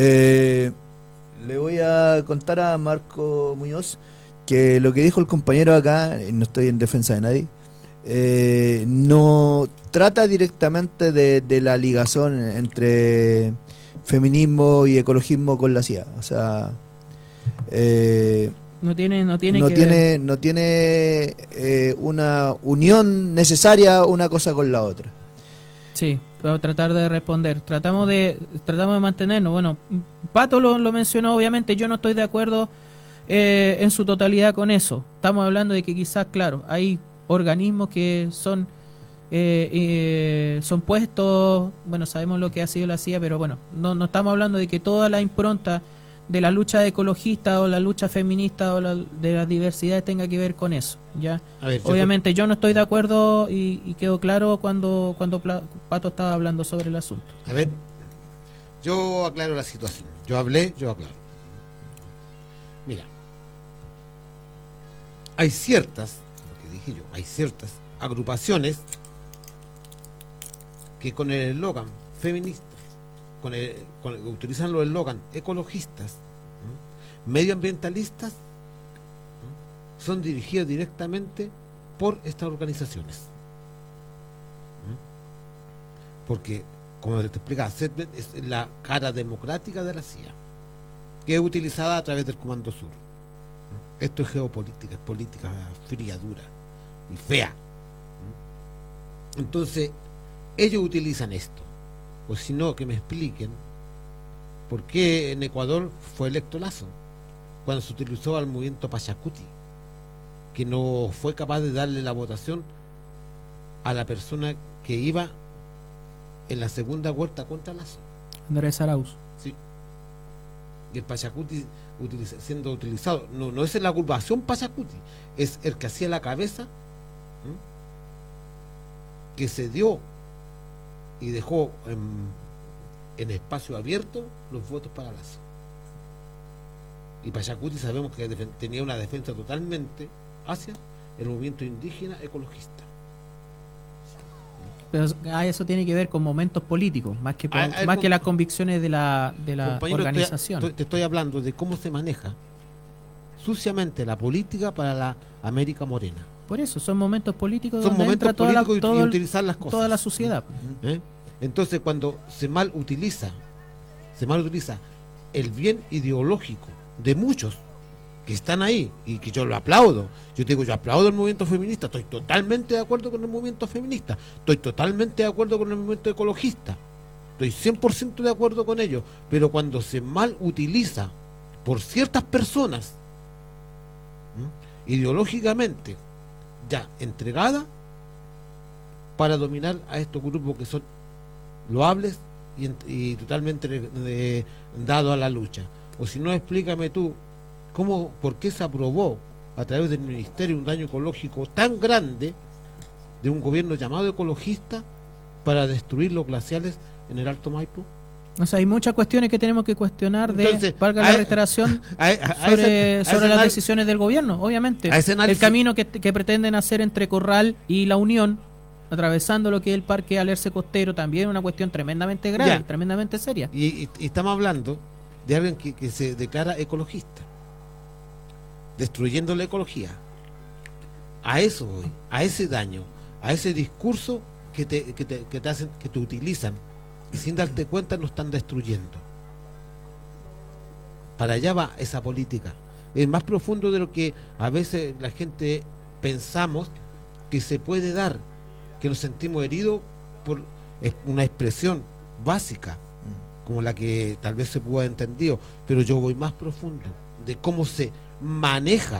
Le voy a contar a Marco Muñoz que lo que dijo el compañero acá, no estoy en defensa de nadie, no trata directamente de la ligación entre feminismo y ecologismo con la CIA. O sea, no tiene una unión necesaria una cosa con la otra. Sí, voy a tratar de responder. Tratamos de mantenernos. Bueno, Pato lo mencionó, obviamente yo no estoy de acuerdo en su totalidad con eso. Estamos hablando de que quizás, claro, hay organismos que son puestos, bueno, sabemos lo que ha sido la CIA, pero bueno, no estamos hablando de que toda la impronta de la lucha ecologista o la lucha feminista o de las diversidades tenga que ver con eso, ¿ya? Ver, obviamente yo no estoy de acuerdo y quedó claro cuando Pato estaba hablando sobre el asunto. A ver, yo aclaro la situación. Yo hablé, yo aclaro. Mira, hay ciertas, lo que dije yo, hay ciertas agrupaciones que con el eslogan feminista, utilizan los eslogan ecologistas, medioambientalistas, son dirigidos directamente por estas organizaciones. Porque, como te explicaba, CETMED es la cara democrática de la CIA, que es utilizada a través del Comando Sur. Esto es geopolítica, es política fría, dura y fea. Entonces, ellos utilizan esto. O si no, que me expliquen por qué en Ecuador fue electo Lazo cuando se utilizó al movimiento Pachacuti, que no fue capaz de darle la votación a la persona que iba en la segunda vuelta contra Lazo. Andrés Arauz. Sí. Y el Pachacuti siendo utilizado, no es la agrupación Pachacuti, es el que hacía la cabeza, que se dio y dejó en espacio abierto los votos para Lazo. Y Pachacuti sabemos que tenía una defensa totalmente hacia el movimiento indígena ecologista. Pero eso tiene que ver con momentos políticos, más que las convicciones de la organización. Te estoy hablando de cómo se maneja suciamente la política para la América Morena. Por eso, son momentos políticos Son donde momentos entra políticos y utilizar las cosas. toda la sociedad. Entonces, cuando se mal utiliza el bien ideológico de muchos que están ahí, y que yo lo aplaudo, yo aplaudo el movimiento feminista, estoy totalmente de acuerdo con el movimiento feminista, estoy totalmente de acuerdo con el movimiento ecologista, estoy 100% de acuerdo con ello, pero cuando se mal utiliza por ciertas personas, ideológicamente ya entregada para dominar a estos grupos que son loables y totalmente dados a la lucha. O si no, explícame tú por qué se aprobó a través del Ministerio un daño ecológico tan grande de un gobierno llamado ecologista para destruir los glaciales en el Alto Maipo. O sea, hay muchas cuestiones que tenemos que cuestionar valga la reiteración, sobre las decisiones del gobierno, obviamente. El camino que pretenden hacer entre Corral y La Unión, atravesando lo que es el Parque Alerce Costero, también es una cuestión tremendamente grave, tremendamente seria. Y estamos hablando de alguien que se declara ecologista, destruyendo la ecología. A eso voy, a ese daño, a ese discurso que te hacen, que te utilizan, y sin darte cuenta nos están destruyendo. Para allá va esa política. Es más profundo de lo que a veces la gente pensamos que se puede dar, que nos sentimos heridos por una expresión básica como la que tal vez se pueda haber entendido, pero yo voy más profundo de cómo se maneja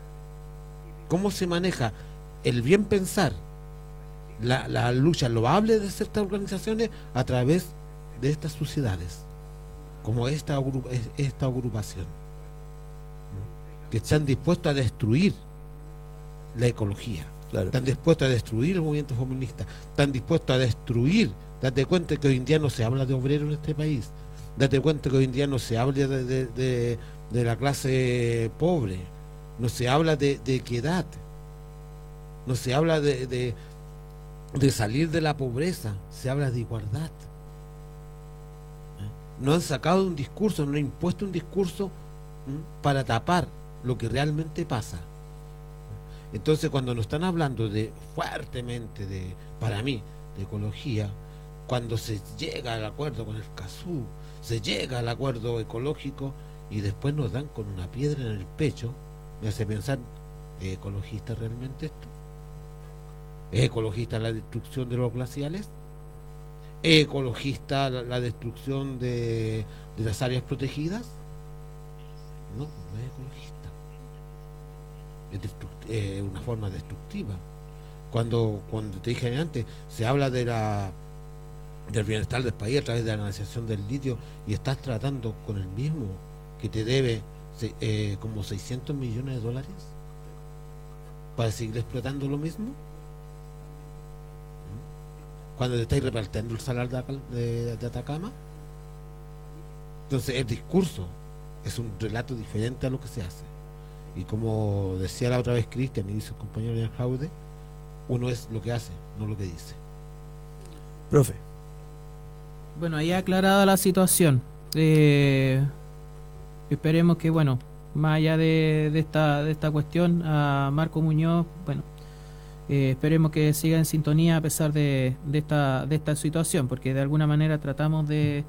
el bien pensar, la lucha loable de ciertas organizaciones a través de estas sociedades, como esta agrupación, que están dispuestos a destruir la ecología, están dispuestos a destruir el movimiento feminista, están dispuestos a destruir. Date cuenta que hoy en día no se habla de obrero en este país, date cuenta que hoy en día no se habla de la clase pobre, no se habla de equidad, no se habla de salir de la pobreza, se habla de igualdad. No han sacado un discurso, no han impuesto un discurso para tapar lo que realmente pasa. Entonces, cuando nos están hablando fuertemente para mí, de ecología, cuando se llega al acuerdo con el CASU, se llega al acuerdo ecológico y después nos dan con una piedra en el pecho, me hace pensar, ¿es ecologista realmente esto? ¿Es ecologista la destrucción de los glaciales? ¿Es ecologista la destrucción de las áreas protegidas? No, no es ecologista. Es una forma destructiva. Cuando te dije antes, se habla del bienestar del país a través de la analización del litio y estás tratando con el mismo que te debe como $600 millones para seguir explotando lo mismo. Cuando te estáis repartiendo el salar de Atacama. Entonces el discurso es un relato diferente a lo que se hace, y como decía la otra vez Cristian y dice el compañero Ian Jaude, uno es lo que hace, no lo que dice. Profe. Bueno, ahí aclarada la situación, esperemos que, bueno, más allá de esta cuestión, a Marco Muñoz, bueno, esperemos que siga en sintonía a pesar de esta situación, porque de alguna manera tratamos de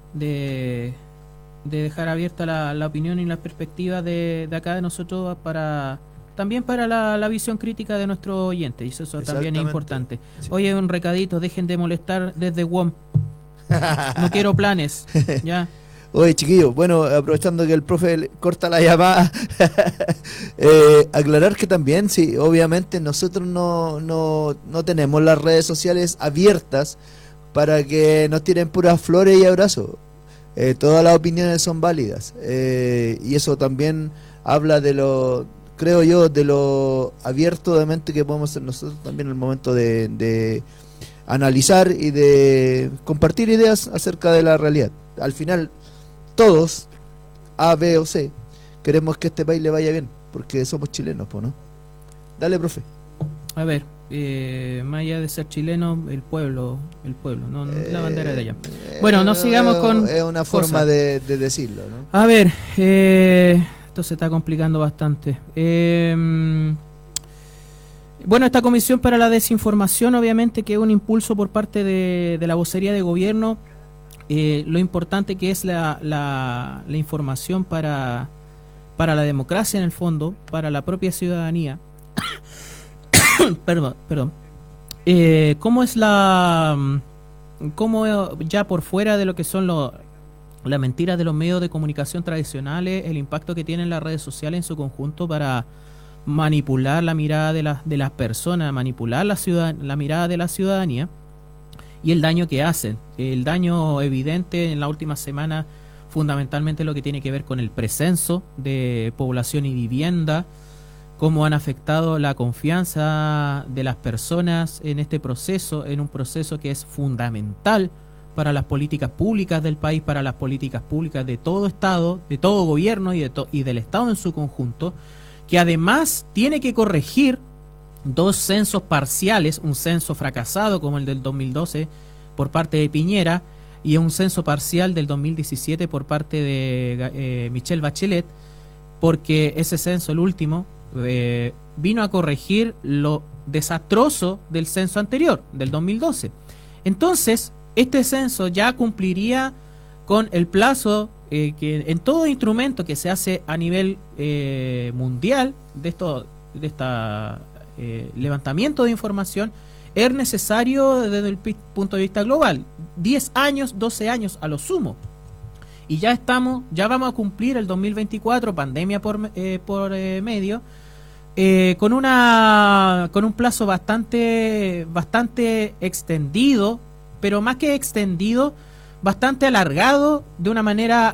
dejar abierta la opinión y la perspectiva de acá de nosotros también para la visión crítica de nuestros oyentes, y eso también es importante. Sí. Oye, un recadito, dejen de molestar desde WOM. No quiero planes, ya. Oye, chiquillos, bueno, aprovechando que el profe corta la llamada, aclarar que también, sí, obviamente nosotros no tenemos las redes sociales abiertas para que nos tiren puras flores y abrazos. Todas las opiniones son válidas, y eso también habla de creo yo, de lo abierto de mente que podemos ser nosotros también en el momento de analizar y de compartir ideas acerca de la realidad. Al final, todos, A, B o C, queremos que este país le vaya bien, porque somos chilenos, ¿no? Dale, profe. A ver, más allá de ser chileno, el pueblo, no la bandera de allá. Bueno, no sigamos con... Es una forma de decirlo, ¿no? A ver, esto se está complicando bastante. Bueno, esta comisión para la desinformación, obviamente que es un impulso por parte de la vocería de gobierno, lo importante que es la información para la democracia en el fondo, para la propia ciudadanía. perdón. ¿Cómo ya por fuera de lo que son las mentiras de los medios de comunicación tradicionales, el impacto que tienen las redes sociales en su conjunto para manipular la mirada de las personas, manipular la mirada de la ciudadanía y el daño que hacen? El daño evidente en la última semana, fundamentalmente lo que tiene que ver con el precenso de población y vivienda, cómo han afectado la confianza de las personas en este proceso, en un proceso que es fundamental para las políticas públicas del país, para las políticas públicas de todo Estado, de todo gobierno y del Estado en su conjunto, que además tiene que corregir 2 censos parciales, un censo fracasado como el del 2012 por parte de Piñera y un censo parcial del 2017 por parte de Michelle Bachelet, porque ese censo, el último, vino a corregir lo desastroso del censo anterior, del 2012. Entonces, este censo ya cumpliría con el plazo que en todo instrumento que se hace a nivel mundial de esta levantamiento de información es necesario desde el punto de vista global, 10 años, 12 años a lo sumo. Y ya vamos a cumplir el 2024, pandemia por medio, con un plazo bastante extendido, pero más que extendido, bastante alargado de una manera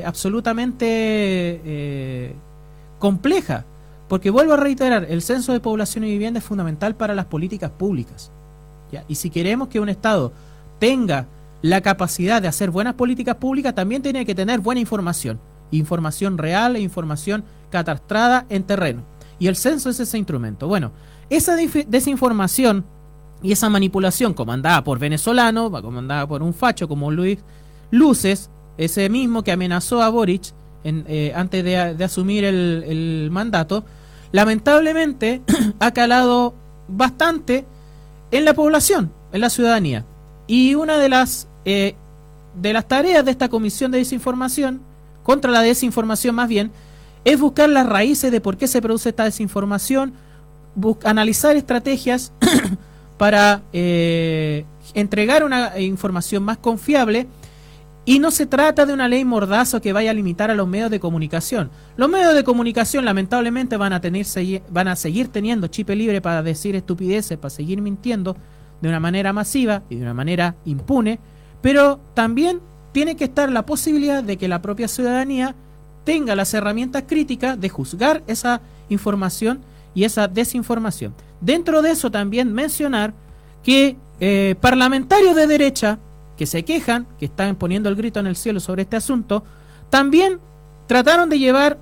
absolutamente compleja. Porque vuelvo a reiterar, el censo de población y vivienda es fundamental para las políticas públicas, ¿ya? Y si queremos que un Estado tenga la capacidad de hacer buenas políticas públicas, también tiene que tener buena información real e información catastrada en terreno. Y el censo es ese instrumento. Bueno, esa desinformación y esa manipulación comandada por venezolanos, comandada por un facho como Luis Luces, ese mismo que amenazó a Boric antes de asumir el mandato, lamentablemente ha calado bastante en la población, en la ciudadanía. Y una de las tareas de esta comisión de desinformación, contra la desinformación más bien, es buscar las raíces de por qué se produce esta desinformación, analizar estrategias para entregar una información más confiable. Y no se trata de una ley mordazo que vaya a limitar a los medios de comunicación. Los medios de comunicación lamentablemente van a seguir teniendo chip libre para decir estupideces, para seguir mintiendo de una manera masiva y de una manera impune, pero también tiene que estar la posibilidad de que la propia ciudadanía tenga las herramientas críticas de juzgar esa información y esa desinformación. Dentro de eso también mencionar que parlamentarios de derecha que se quejan, que están poniendo el grito en el cielo sobre este asunto, también trataron de llevar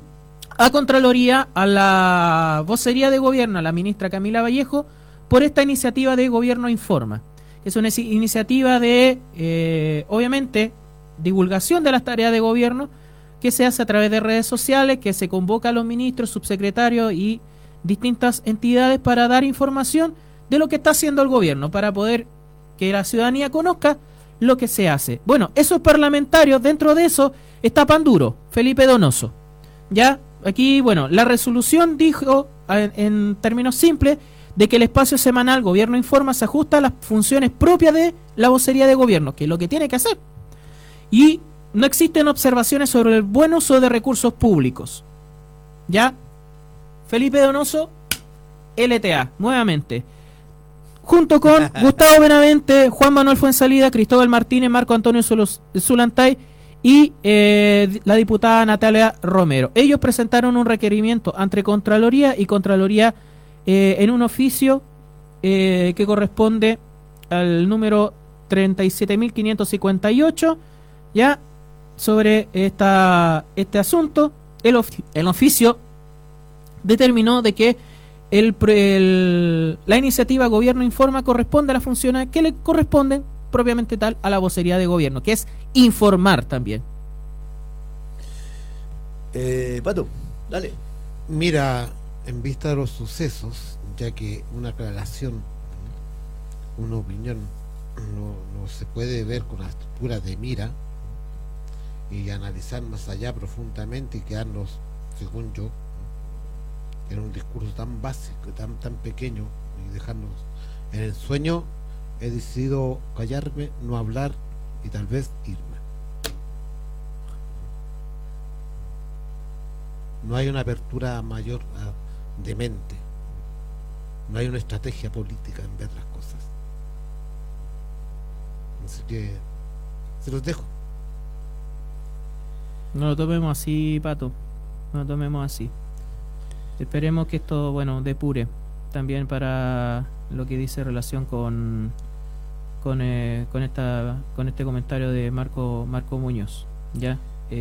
a Contraloría a la vocería de gobierno, a la ministra Camila Vallejo, por esta iniciativa de Gobierno Informa. Es una iniciativa de, obviamente, divulgación de las tareas de gobierno que se hace a través de redes sociales, que se convoca a los ministros, subsecretarios y distintas entidades para dar información de lo que está haciendo el gobierno, para poder que la ciudadanía conozca lo que se hace. Bueno, esos parlamentarios, dentro de eso está Panduro, Felipe Donoso. Ya, aquí, bueno, la resolución dijo, en términos simples, de que el espacio semanal Gobierno Informa se ajusta a las funciones propias de la vocería de gobierno, que es lo que tiene que hacer. Y no existen observaciones sobre el buen uso de recursos públicos. Ya, Felipe Donoso, LTA, nuevamente. Junto con Gustavo Benavente, Juan Manuel Fuenzalida, Cristóbal Martínez, Marco Antonio Zulantay y la diputada Natalia Romero. Ellos presentaron un requerimiento ante Contraloría y Contraloría en un oficio que corresponde al número 37.558, ya, sobre este asunto. El oficio determinó de que la iniciativa Gobierno Informa corresponde a las funciones que le corresponden propiamente tal a la vocería de gobierno, que es informar también. Pato, dale. Mira, en vista de los sucesos, ya que una aclaración, una opinión, no se puede ver con altura de mira y analizar más allá profundamente y quedarnos, según yo, en un discurso tan básico, tan pequeño, y dejarnos en el sueño. He decidido callarme, no hablar y tal vez irme. No hay una apertura mayor de mente, no hay una estrategia política en ver las cosas. Así que se los dejo. No lo tomemos así, Pato, no lo tomemos así. Esperemos que esto, bueno, depure también para lo que dice relación con este comentario de Marco Muñoz, ¿ya?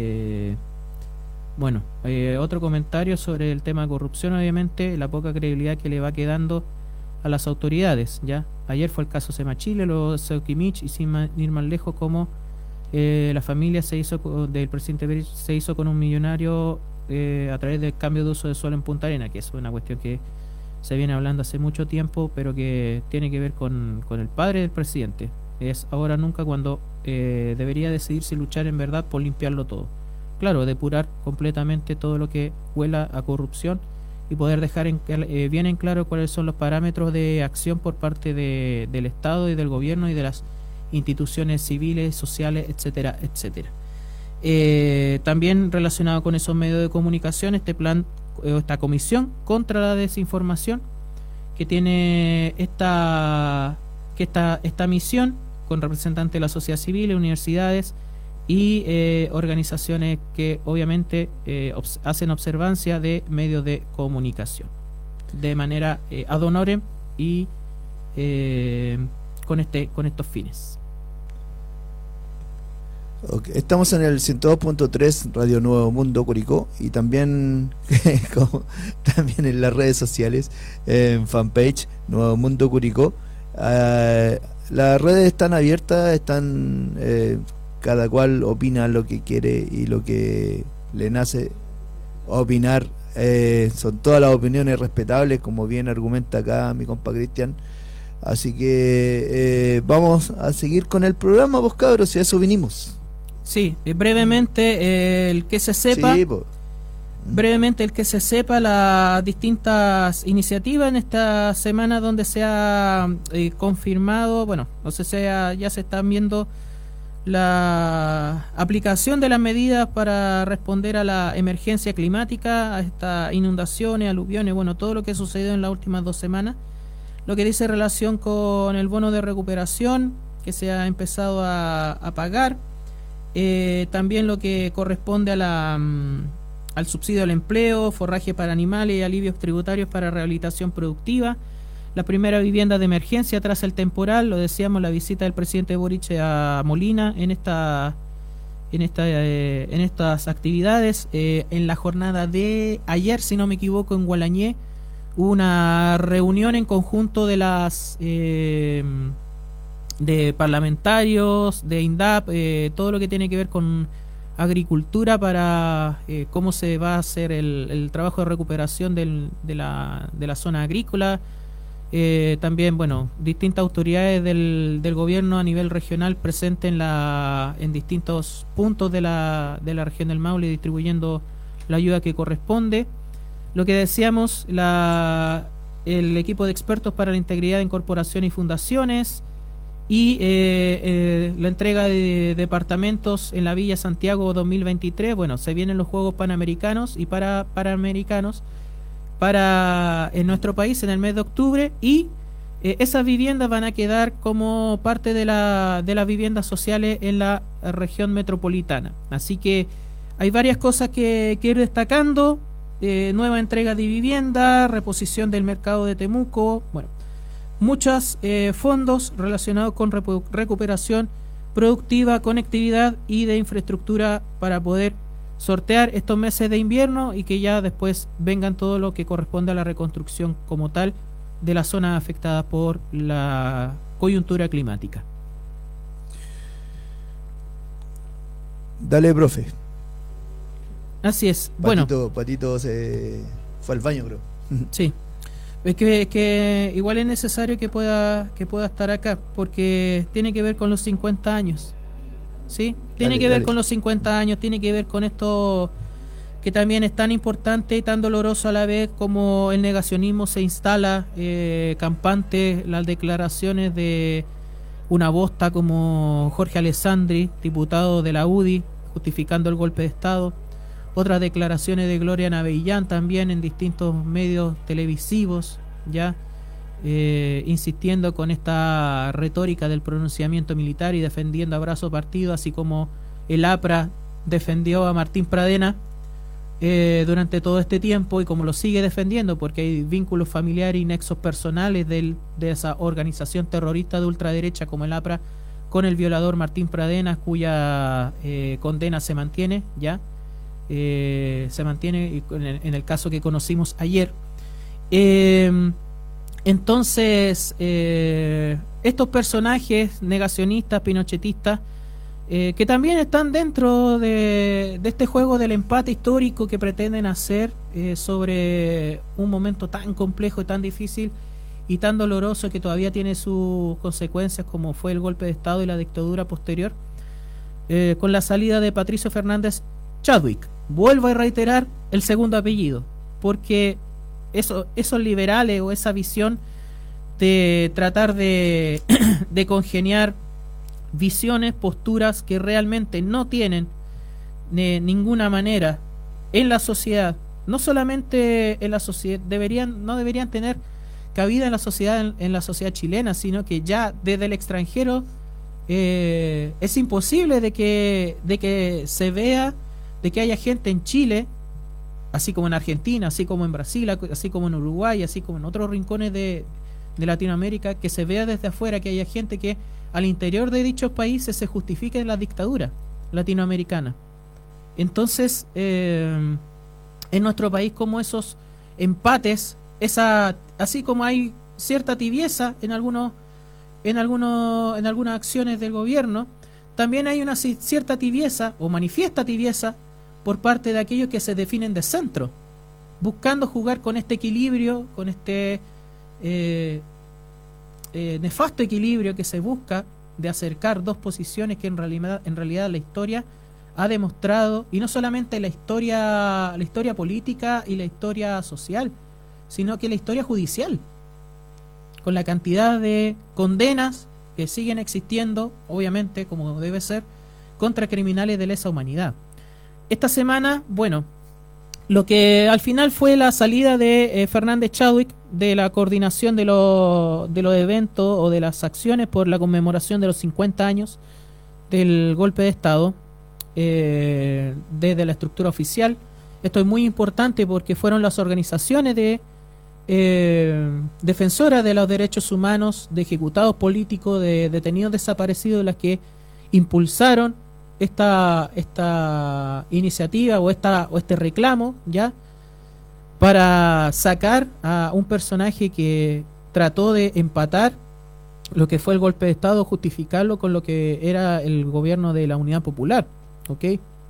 Bueno, otro comentario sobre el tema de corrupción, obviamente, la poca credibilidad que le va quedando a las autoridades, ¿ya? Ayer fue el caso Sema Chile, luego Seuquimich, y sin ir más lejos, como la familia del presidente Boric se hizo con un millonario a través del cambio de uso de suelo en Punta Arenas, que es una cuestión que se viene hablando hace mucho tiempo, pero que tiene que ver con el padre del presidente. Es ahora nunca cuando debería decidirse luchar en verdad por limpiarlo todo. Claro, depurar completamente todo lo que huela a corrupción y poder dejar bien en claro cuáles son los parámetros de acción por parte del Estado y del gobierno y de las instituciones civiles, sociales, etcétera, etcétera. También relacionado con esos medios de comunicación, esta comisión contra la desinformación que tiene esta misión con representantes de la sociedad civil, universidades y organizaciones que obviamente hacen observancia de medios de comunicación de manera ad honorem y con estos fines. Okay. Estamos en el 102.3 Radio Nuevo Mundo Curicó y también también en las redes sociales, en fanpage Nuevo Mundo Curicó. Las redes están abiertas, están cada cual opina lo que quiere y lo que le nace opinar. Son todas las opiniones respetables, como bien argumenta acá mi compa Cristian. Así que vamos a seguir con el programa, vos cabros, y a eso vinimos. Sí, brevemente el que se sepa, sí, brevemente el que se sepa las distintas iniciativas en esta semana donde se ha confirmado, bueno, no sé si ya se están viendo la aplicación de las medidas para responder a la emergencia climática, a estas inundaciones, aluviones, bueno, todo lo que ha sucedido en las últimas 2 semanas. Lo que dice relación con el bono de recuperación que se ha empezado a pagar, también lo que corresponde a al subsidio al empleo, forraje para animales y alivios tributarios para rehabilitación productiva, la primera vivienda de emergencia tras el temporal, lo decíamos, la visita del presidente Boric a Molina en estas actividades. En la jornada de ayer, si no me equivoco, en Gualañé, una reunión en conjunto de de parlamentarios, de INDAP, todo lo que tiene que ver con agricultura para cómo se va a hacer el trabajo de recuperación de la zona agrícola. También, bueno, distintas autoridades del gobierno a nivel regional presentes en distintos puntos de la región del Maule, distribuyendo la ayuda que corresponde. Lo que decíamos, el equipo de expertos para la integridad en corporaciones y fundaciones, y la entrega de departamentos en la Villa Santiago 2023. Bueno, se vienen los Juegos Panamericanos y Panamericanos en nuestro país en el mes de octubre, y esas viviendas van a quedar como parte de las viviendas sociales en la región metropolitana. Así que hay varias cosas que ir destacando. Nueva entrega de vivienda, reposición del mercado de Temuco, bueno, muchos fondos relacionados con recuperación productiva, conectividad y de infraestructura para poder sortear estos meses de invierno y que ya después vengan todo lo que corresponde a la reconstrucción como tal de las zonas afectadas por la coyuntura climática. Dale, profe. Así es. Patito se fue al baño, creo. Sí. Es que igual es necesario que pueda estar acá, porque tiene que ver con los 50 años. ¿Sí? Tiene que ver con los 50 años, tiene que ver con esto que también es tan importante y tan doloroso a la vez, como el negacionismo se instala campante, las declaraciones de una bosta como Jorge Alessandri, diputado de la UDI, justificando el golpe de Estado. Otras declaraciones de Gloria Navellán también en distintos medios televisivos, ya insistiendo con esta retórica del pronunciamiento militar y defendiendo a brazo partido, así como el APRA defendió a Martín Pradena durante todo este tiempo, y como lo sigue defendiendo, porque hay vínculos familiares y nexos personales de esa organización terrorista de ultraderecha como el APRA con el violador Martín Pradena, cuya condena se mantiene, ya se mantiene en el caso que conocimos ayer. Entonces estos personajes negacionistas, pinochetistas, que también están dentro de este juego del empate histórico que pretenden hacer sobre un momento tan complejo y tan difícil y tan doloroso, que todavía tiene sus consecuencias, como fue el golpe de Estado y la dictadura posterior, con la salida de Patricio Fernández Chadwick. Vuelvo a reiterar el segundo apellido, porque esos liberales, o esa visión de tratar de congeniar visiones, posturas que realmente no tienen de ninguna manera en la sociedad, no solamente en la sociedad, no deberían tener cabida en la sociedad chilena, sino que ya desde el extranjero es imposible de que se vea, de que haya gente en Chile, así como en Argentina, así como en Brasil, así como en Uruguay, así como en otros rincones de Latinoamérica, que se vea desde afuera que haya gente que al interior de dichos países se justifique la dictadura latinoamericana. Entonces, en nuestro país, como esos empates, así como hay cierta tibieza en algunas acciones del gobierno, también hay una cierta tibieza, o manifiesta tibieza, por parte de aquellos que se definen de centro, buscando jugar con este equilibrio, con este nefasto equilibrio que se busca de acercar dos posiciones que en realidad la historia ha demostrado, y no solamente la historia política y la historia social, sino que la historia judicial, con la cantidad de condenas que siguen existiendo, obviamente, como debe ser, contra criminales de lesa humanidad. Esta semana, bueno, lo que al final fue la salida de Fernández Chadwick de la coordinación de los eventos o de las acciones por la conmemoración de los 50 años del golpe de Estado, desde la estructura oficial. Esto es muy importante porque fueron las organizaciones de defensoras de los derechos humanos, de ejecutados políticos, de detenidos desaparecidos, las que impulsaron esta iniciativa o este reclamo, ya, para sacar a un personaje que trató de empatar lo que fue el golpe de Estado, justificarlo con lo que era el gobierno de la Unidad Popular, ¿ok?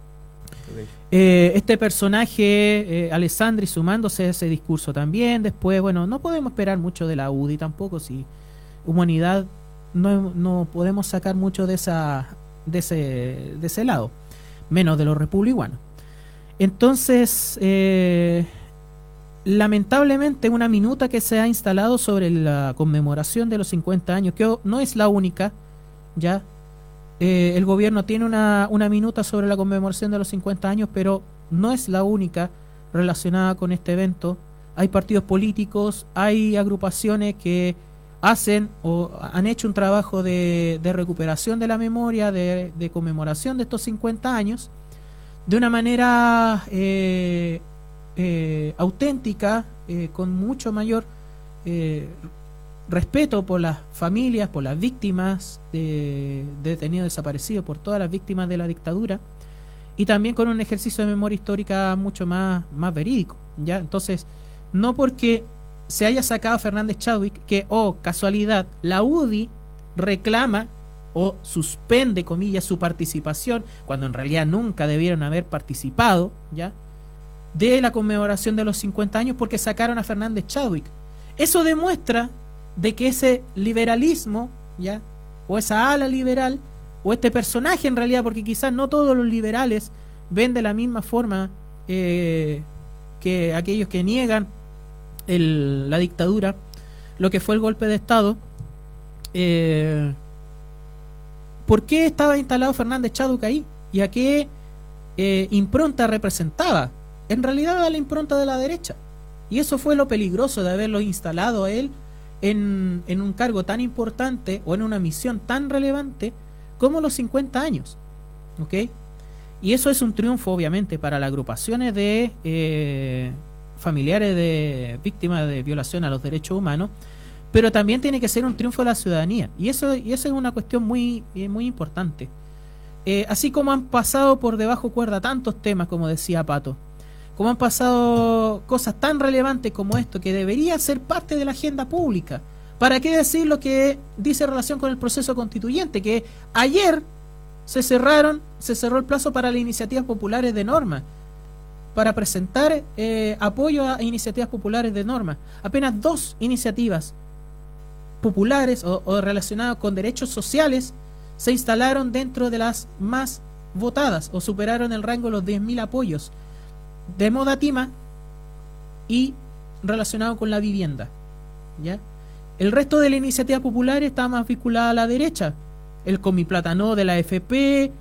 Este personaje, Alessandri, sumándose a ese discurso también. Después, bueno, no podemos esperar mucho de la UDI tampoco, si humanidad no podemos sacar mucho de ese lado, menos de los republicanos. Entonces, lamentablemente, una minuta que se ha instalado sobre la conmemoración de los 50 años, que no es la única, ya. El gobierno tiene una minuta sobre la conmemoración de los 50 años, pero no es la única relacionada con este evento. Hay partidos políticos, hay agrupaciones que hacen o han hecho un trabajo de recuperación de la memoria, de conmemoración de estos 50 años, de una manera auténtica, con mucho mayor respeto por las familias, por las víctimas de detenidos desaparecidos, por todas las víctimas de la dictadura, y también con un ejercicio de memoria histórica mucho más verídico, ¿ya? Entonces, no porque se haya sacado a Fernández Chadwick, que, casualidad, la UDI reclama o suspende, comillas, su participación, cuando en realidad nunca debieron haber participado, ¿ya?, de la conmemoración de los 50 años, porque sacaron a Fernández Chadwick. Eso demuestra de que ese liberalismo, ¿ya?, o esa ala liberal, o este personaje en realidad, porque quizás no todos los liberales ven de la misma forma que aquellos que niegan la dictadura, lo que fue el golpe de Estado. ¿Por qué estaba instalado Fernández Chadwick ahí? ¿Y a qué impronta representaba? En realidad a la impronta de la derecha. Y eso fue lo peligroso de haberlo instalado a él en un cargo tan importante o en una misión tan relevante como los 50 años. ¿Ok? Y eso es un triunfo, obviamente, para las agrupaciones de familiares de víctimas de violación a los derechos humanos, pero también tiene que ser un triunfo de la ciudadanía. Y eso es una cuestión muy importante. Así como han pasado por debajo cuerda tantos temas, como decía Pato, como han pasado cosas tan relevantes como esto, que debería ser parte de la agenda pública. ¿Para qué decir lo que dice en relación con el proceso constituyente? Que ayer se cerró el plazo para las iniciativas populares de norma, para presentar apoyo a iniciativas populares de norma. Apenas 2 iniciativas populares o relacionadas con derechos sociales se instalaron dentro de las más votadas o superaron el rango de los 10.000 apoyos de Modatima y relacionado con la vivienda, ¿ya? El resto de la iniciativa popular está más vinculada a la derecha. El Comiplatá no de la FP,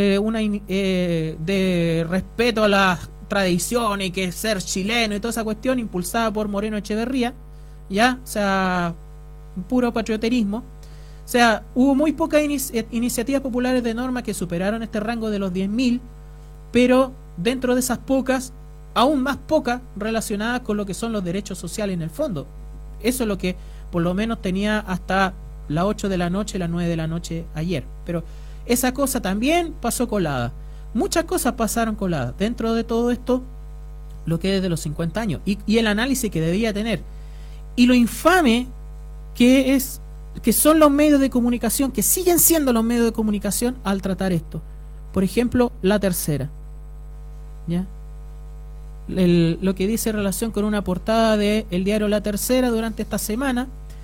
de respeto a las tradiciones y que ser chileno y toda esa cuestión impulsada por Moreno Echeverría, ¿ya? O sea, puro patrioterismo. O sea, hubo muy pocas iniciativas populares de norma que superaron este rango de los 10.000, pero dentro de esas pocas, aún más pocas relacionadas con lo que son los derechos sociales en el fondo. Eso es lo que por lo menos tenía hasta las 8 de la noche, las 9 de la noche ayer. Pero esa cosa también pasó colada. Muchas cosas pasaron coladas dentro de todo esto, lo que es de los 50 años, y el análisis que debía tener. Y lo infame que son los medios de comunicación, que siguen siendo los medios de comunicación al tratar esto. Por ejemplo, La Tercera, ¿ya? Lo que dice en relación con una portada del diario La Tercera durante esta semana,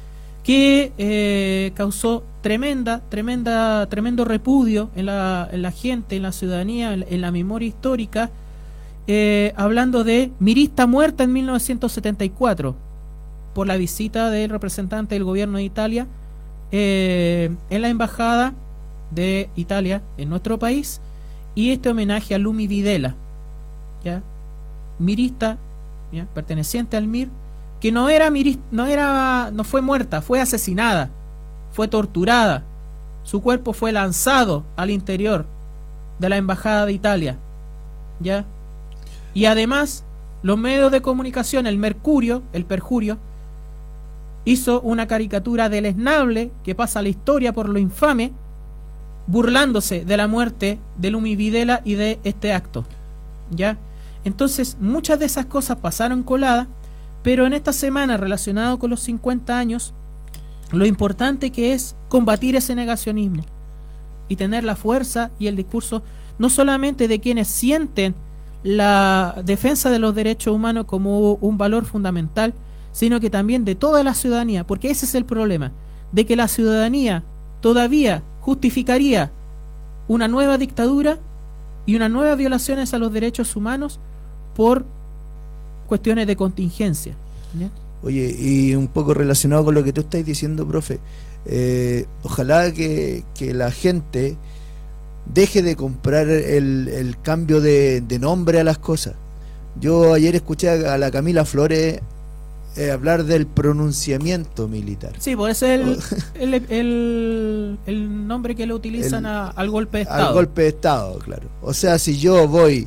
que causó tremendo repudio en la gente, en la ciudadanía, en la memoria histórica, hablando de Mirista muerta en 1974 por la visita del representante del gobierno de Italia en la embajada de Italia en nuestro país, y este homenaje a Lumi Videla, ¿ya? Mirista, ¿ya?, perteneciente al MIR, que no fue muerta, fue asesinada, fue torturada, su cuerpo fue lanzado al interior de la embajada de Italia, ¿ya? Y además los medios de comunicación, el Perjurio, hizo una caricatura deleznable que pasa a la historia por lo infame, burlándose de la muerte de Lumi Videla y de este acto, ¿ya? Entonces, muchas de esas cosas pasaron coladas, pero en esta semana, relacionado con los 50 años, lo importante que es combatir ese negacionismo y tener la fuerza y el discurso, no solamente de quienes sienten la defensa de los derechos humanos como un valor fundamental, sino que también de toda la ciudadanía, porque ese es el problema, de que la ciudadanía todavía justificaría una nueva dictadura y unas nuevas violaciones a los derechos humanos por cuestiones de contingencia, ¿ya? Oye, y un poco relacionado con lo que tú estás diciendo, profe, ojalá que la gente deje de comprar el cambio de nombre a las cosas. Yo ayer escuché a la Camila Flores hablar del pronunciamiento militar. Sí, pues ese es el nombre que le utilizan al golpe de Estado. Al golpe de Estado, claro. O sea, si yo voy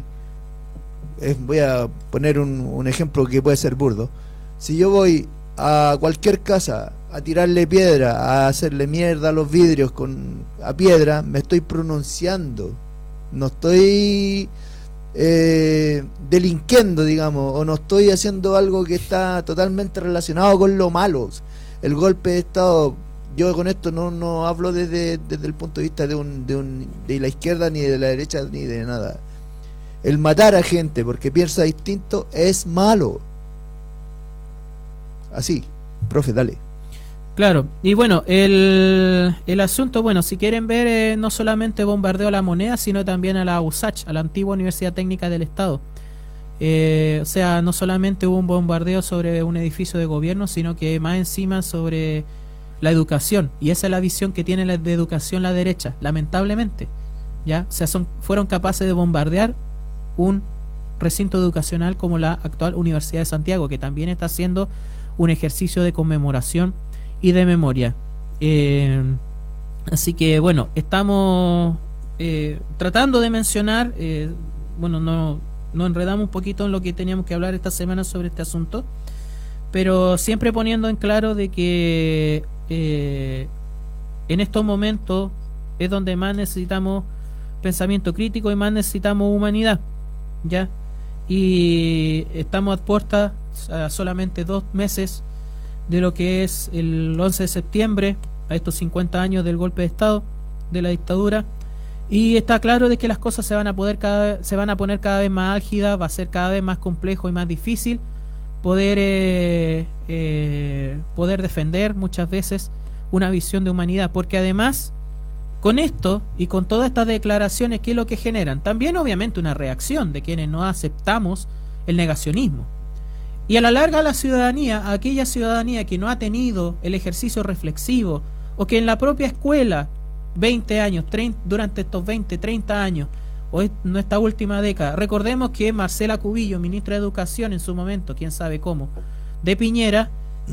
a poner un ejemplo que puede ser burdo. Si yo voy a cualquier casa a tirarle piedra, a hacerle mierda a los vidrios a piedra, me estoy pronunciando, no estoy delinquiendo, digamos, o no estoy haciendo algo que está totalmente relacionado con lo malo. El golpe de Estado, yo con esto no hablo desde el punto de vista de la izquierda, ni de la derecha, ni de nada. El matar a gente porque piensa distinto es malo. Así, Profe, dale. Claro, y bueno, el asunto, bueno, si quieren ver, no solamente bombardeó a La Moneda, sino también a la USACH, a la antigua Universidad Técnica del Estado. O sea, no solamente hubo un bombardeo sobre un edificio de gobierno, sino que más encima sobre la educación. Y esa es la visión que tiene de educación la derecha, lamentablemente. ¿Ya? O sea, fueron capaces de bombardear un recinto educacional como la actual Universidad de Santiago, que también está haciendo un ejercicio de conmemoración y de memoria. Así que bueno, estamos tratando de mencionar, bueno, nos enredamos un poquito en lo que teníamos que hablar esta semana sobre este asunto, pero siempre poniendo en claro de que en estos momentos es donde más necesitamos pensamiento crítico y más necesitamos humanidad, ¿ya? Y estamos a puertas a solamente 2 meses de lo que es el 11 de septiembre, a estos 50 años del golpe de Estado, de la dictadura, y está claro de que las cosas se van a poner cada vez más álgidas, va a ser cada vez más complejo y más difícil poder defender muchas veces una visión de humanidad, porque además con esto y con todas estas declaraciones, ¿qué es lo que generan? También obviamente una reacción de quienes no aceptamos el negacionismo. Y a la larga la ciudadanía, aquella ciudadanía que no ha tenido el ejercicio reflexivo, o que en la propia escuela 20 años, durante estos 20, 30 años, o en esta última década, recordemos que Marcela Cubillo, ministra de Educación en su momento, quién sabe cómo, de Piñera,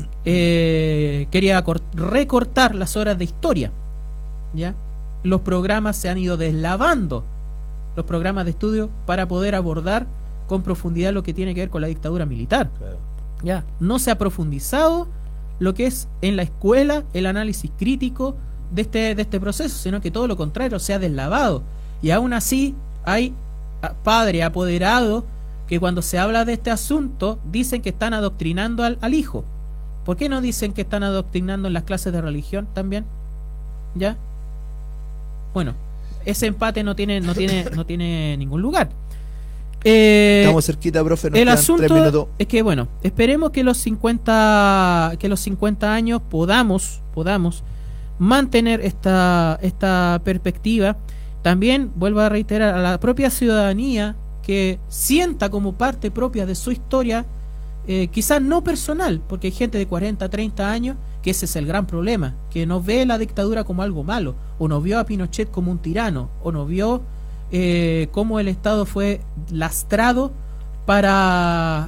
quería recortar las horas de historia, ¿ya? Los programas se han ido deslavando, los programas de estudio, para poder abordar con profundidad lo que tiene que ver con la dictadura militar. Claro. Ya no se ha profundizado lo que es en la escuela el análisis crítico de este proceso, sino que todo lo contrario, se ha deslavado. Y aún así hay padres apoderados que cuando se habla de este asunto dicen que están adoctrinando al hijo. ¿Por qué no dicen que están adoctrinando en las clases de religión también? ¿Ya? Bueno, ese empate no tiene ningún lugar. Estamos cerquita, profe, nos el quedan asunto 3 minutos. es que bueno, esperemos que los 50 años podamos mantener esta perspectiva. También vuelvo a reiterar, a la propia ciudadanía que sienta como parte propia de su historia, quizás no personal, porque hay gente de 40, 30 años que ese es el gran problema, que no ve la dictadura como algo malo, o no vio a Pinochet como un tirano, o no vio cómo el Estado fue lastrado para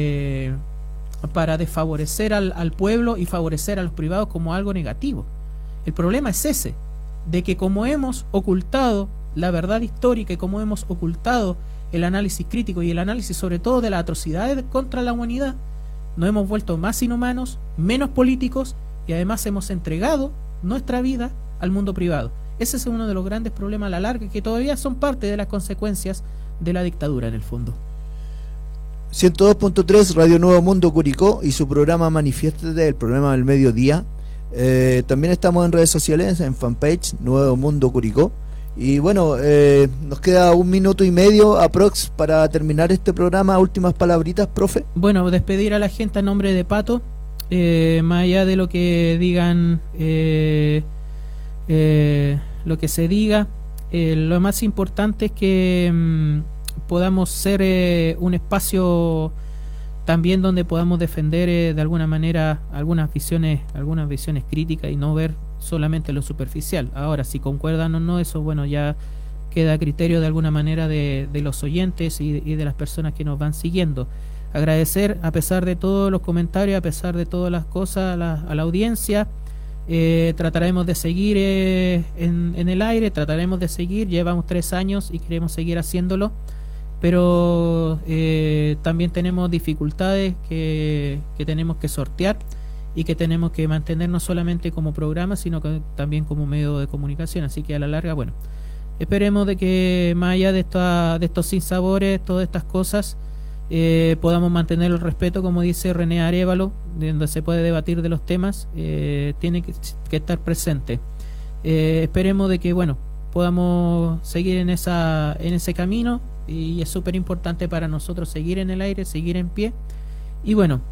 desfavorecer al pueblo y favorecer a los privados como algo negativo. El problema es ese, de que como hemos ocultado la verdad histórica y como hemos ocultado el análisis crítico y el análisis sobre todo de las atrocidades contra la humanidad, nos hemos vuelto más inhumanos, menos políticos y además hemos entregado nuestra vida al mundo privado. Ese es uno de los grandes problemas a la larga, que todavía son parte de las consecuencias de la dictadura en el fondo. 102.3 Radio Nuevo Mundo Curicó y su programa Manifiéstate, el programa del mediodía. También estamos en redes sociales, en fanpage Nuevo Mundo Curicó. Y bueno, nos queda 1 minuto y medio aprox para terminar este programa. Últimas palabritas, profe. Bueno, despedir a la gente a nombre de Pato, más allá de lo que digan, lo que se diga, lo más importante es que podamos ser un espacio también donde podamos defender de alguna manera algunas visiones críticas y no ver solamente lo superficial. Ahora, si concuerdan o no, eso bueno, ya queda a criterio de alguna manera de los oyentes y de las personas que nos van siguiendo. Agradecer, a pesar de todos los comentarios, a pesar de todas las cosas, a la audiencia. Trataremos de seguir en el aire, trataremos de seguir, llevamos 3 años y queremos seguir haciéndolo, pero también tenemos dificultades que tenemos que sortear y que tenemos que mantener no solamente como programa, sino que también como medio de comunicación. Así que a la larga, bueno, esperemos de que más allá de estos sinsabores, todas estas cosas, podamos mantener el respeto, como dice René Arévalo, donde se puede debatir de los temas, tiene que estar presente. Esperemos de que bueno, podamos seguir en ese camino, y es súper importante para nosotros seguir en el aire, seguir en pie, y bueno,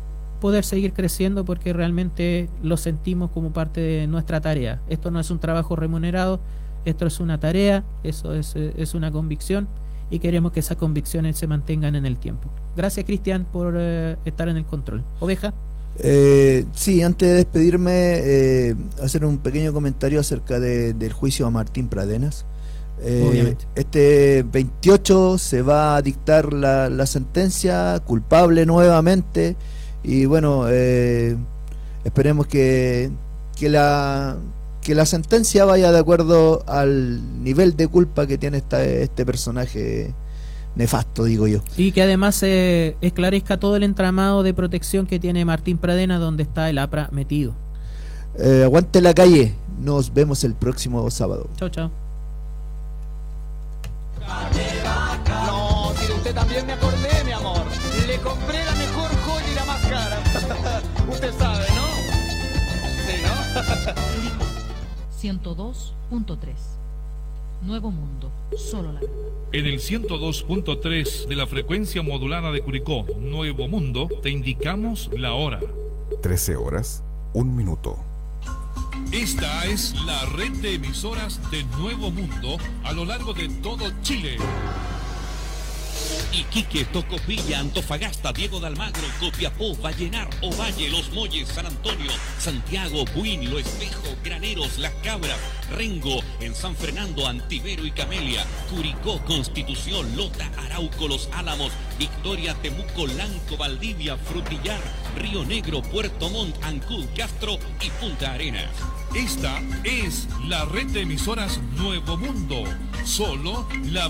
poder seguir creciendo porque realmente lo sentimos como parte de nuestra tarea. Esto no es un trabajo remunerado, esto es una tarea, eso es una convicción y queremos que esas convicciones se mantengan en el tiempo. Gracias, Cristian, por estar en el control. Oveja. Sí, antes de despedirme, hacer un pequeño comentario acerca del juicio a Martín Pradenas. Este 28 se va a dictar la sentencia, culpable nuevamente, y bueno, esperemos que la sentencia vaya de acuerdo al nivel de culpa que tiene este personaje nefasto, digo yo. Y que además esclarezca todo el entramado de protección que tiene Martín Pradenas, donde está el APRA metido. Aguante la calle, nos vemos el próximo sábado. Chao, chao. No, si de usted también me acordé, mi amor. Le compré la mejor joya y la más cara. Usted sabe, ¿no? Sí, ¿no? 102.3 Nuevo Mundo, solo la verdad. En el 102.3 de la frecuencia modulada de Curicó, Nuevo Mundo, te indicamos la hora. 13 horas, 1 minuto. Esta es la red de emisoras de Nuevo Mundo a lo largo de todo Chile. Iquique, Tocopilla, Antofagasta, Diego de Almagro, Copiapó, Vallenar, Ovalle, Los Molles, San Antonio, Santiago, Buin, Lo Espejo, Graneros, Las Cabras, Rengo, en San Fernando, Antivero y Camelia, Curicó, Constitución, Lota, Arauco, Los Álamos, Victoria, Temuco, Lanco, Valdivia, Frutillar, Río Negro, Puerto Montt, Ancud, Castro y Punta Arenas. Esta es la red de emisoras Nuevo Mundo, solo la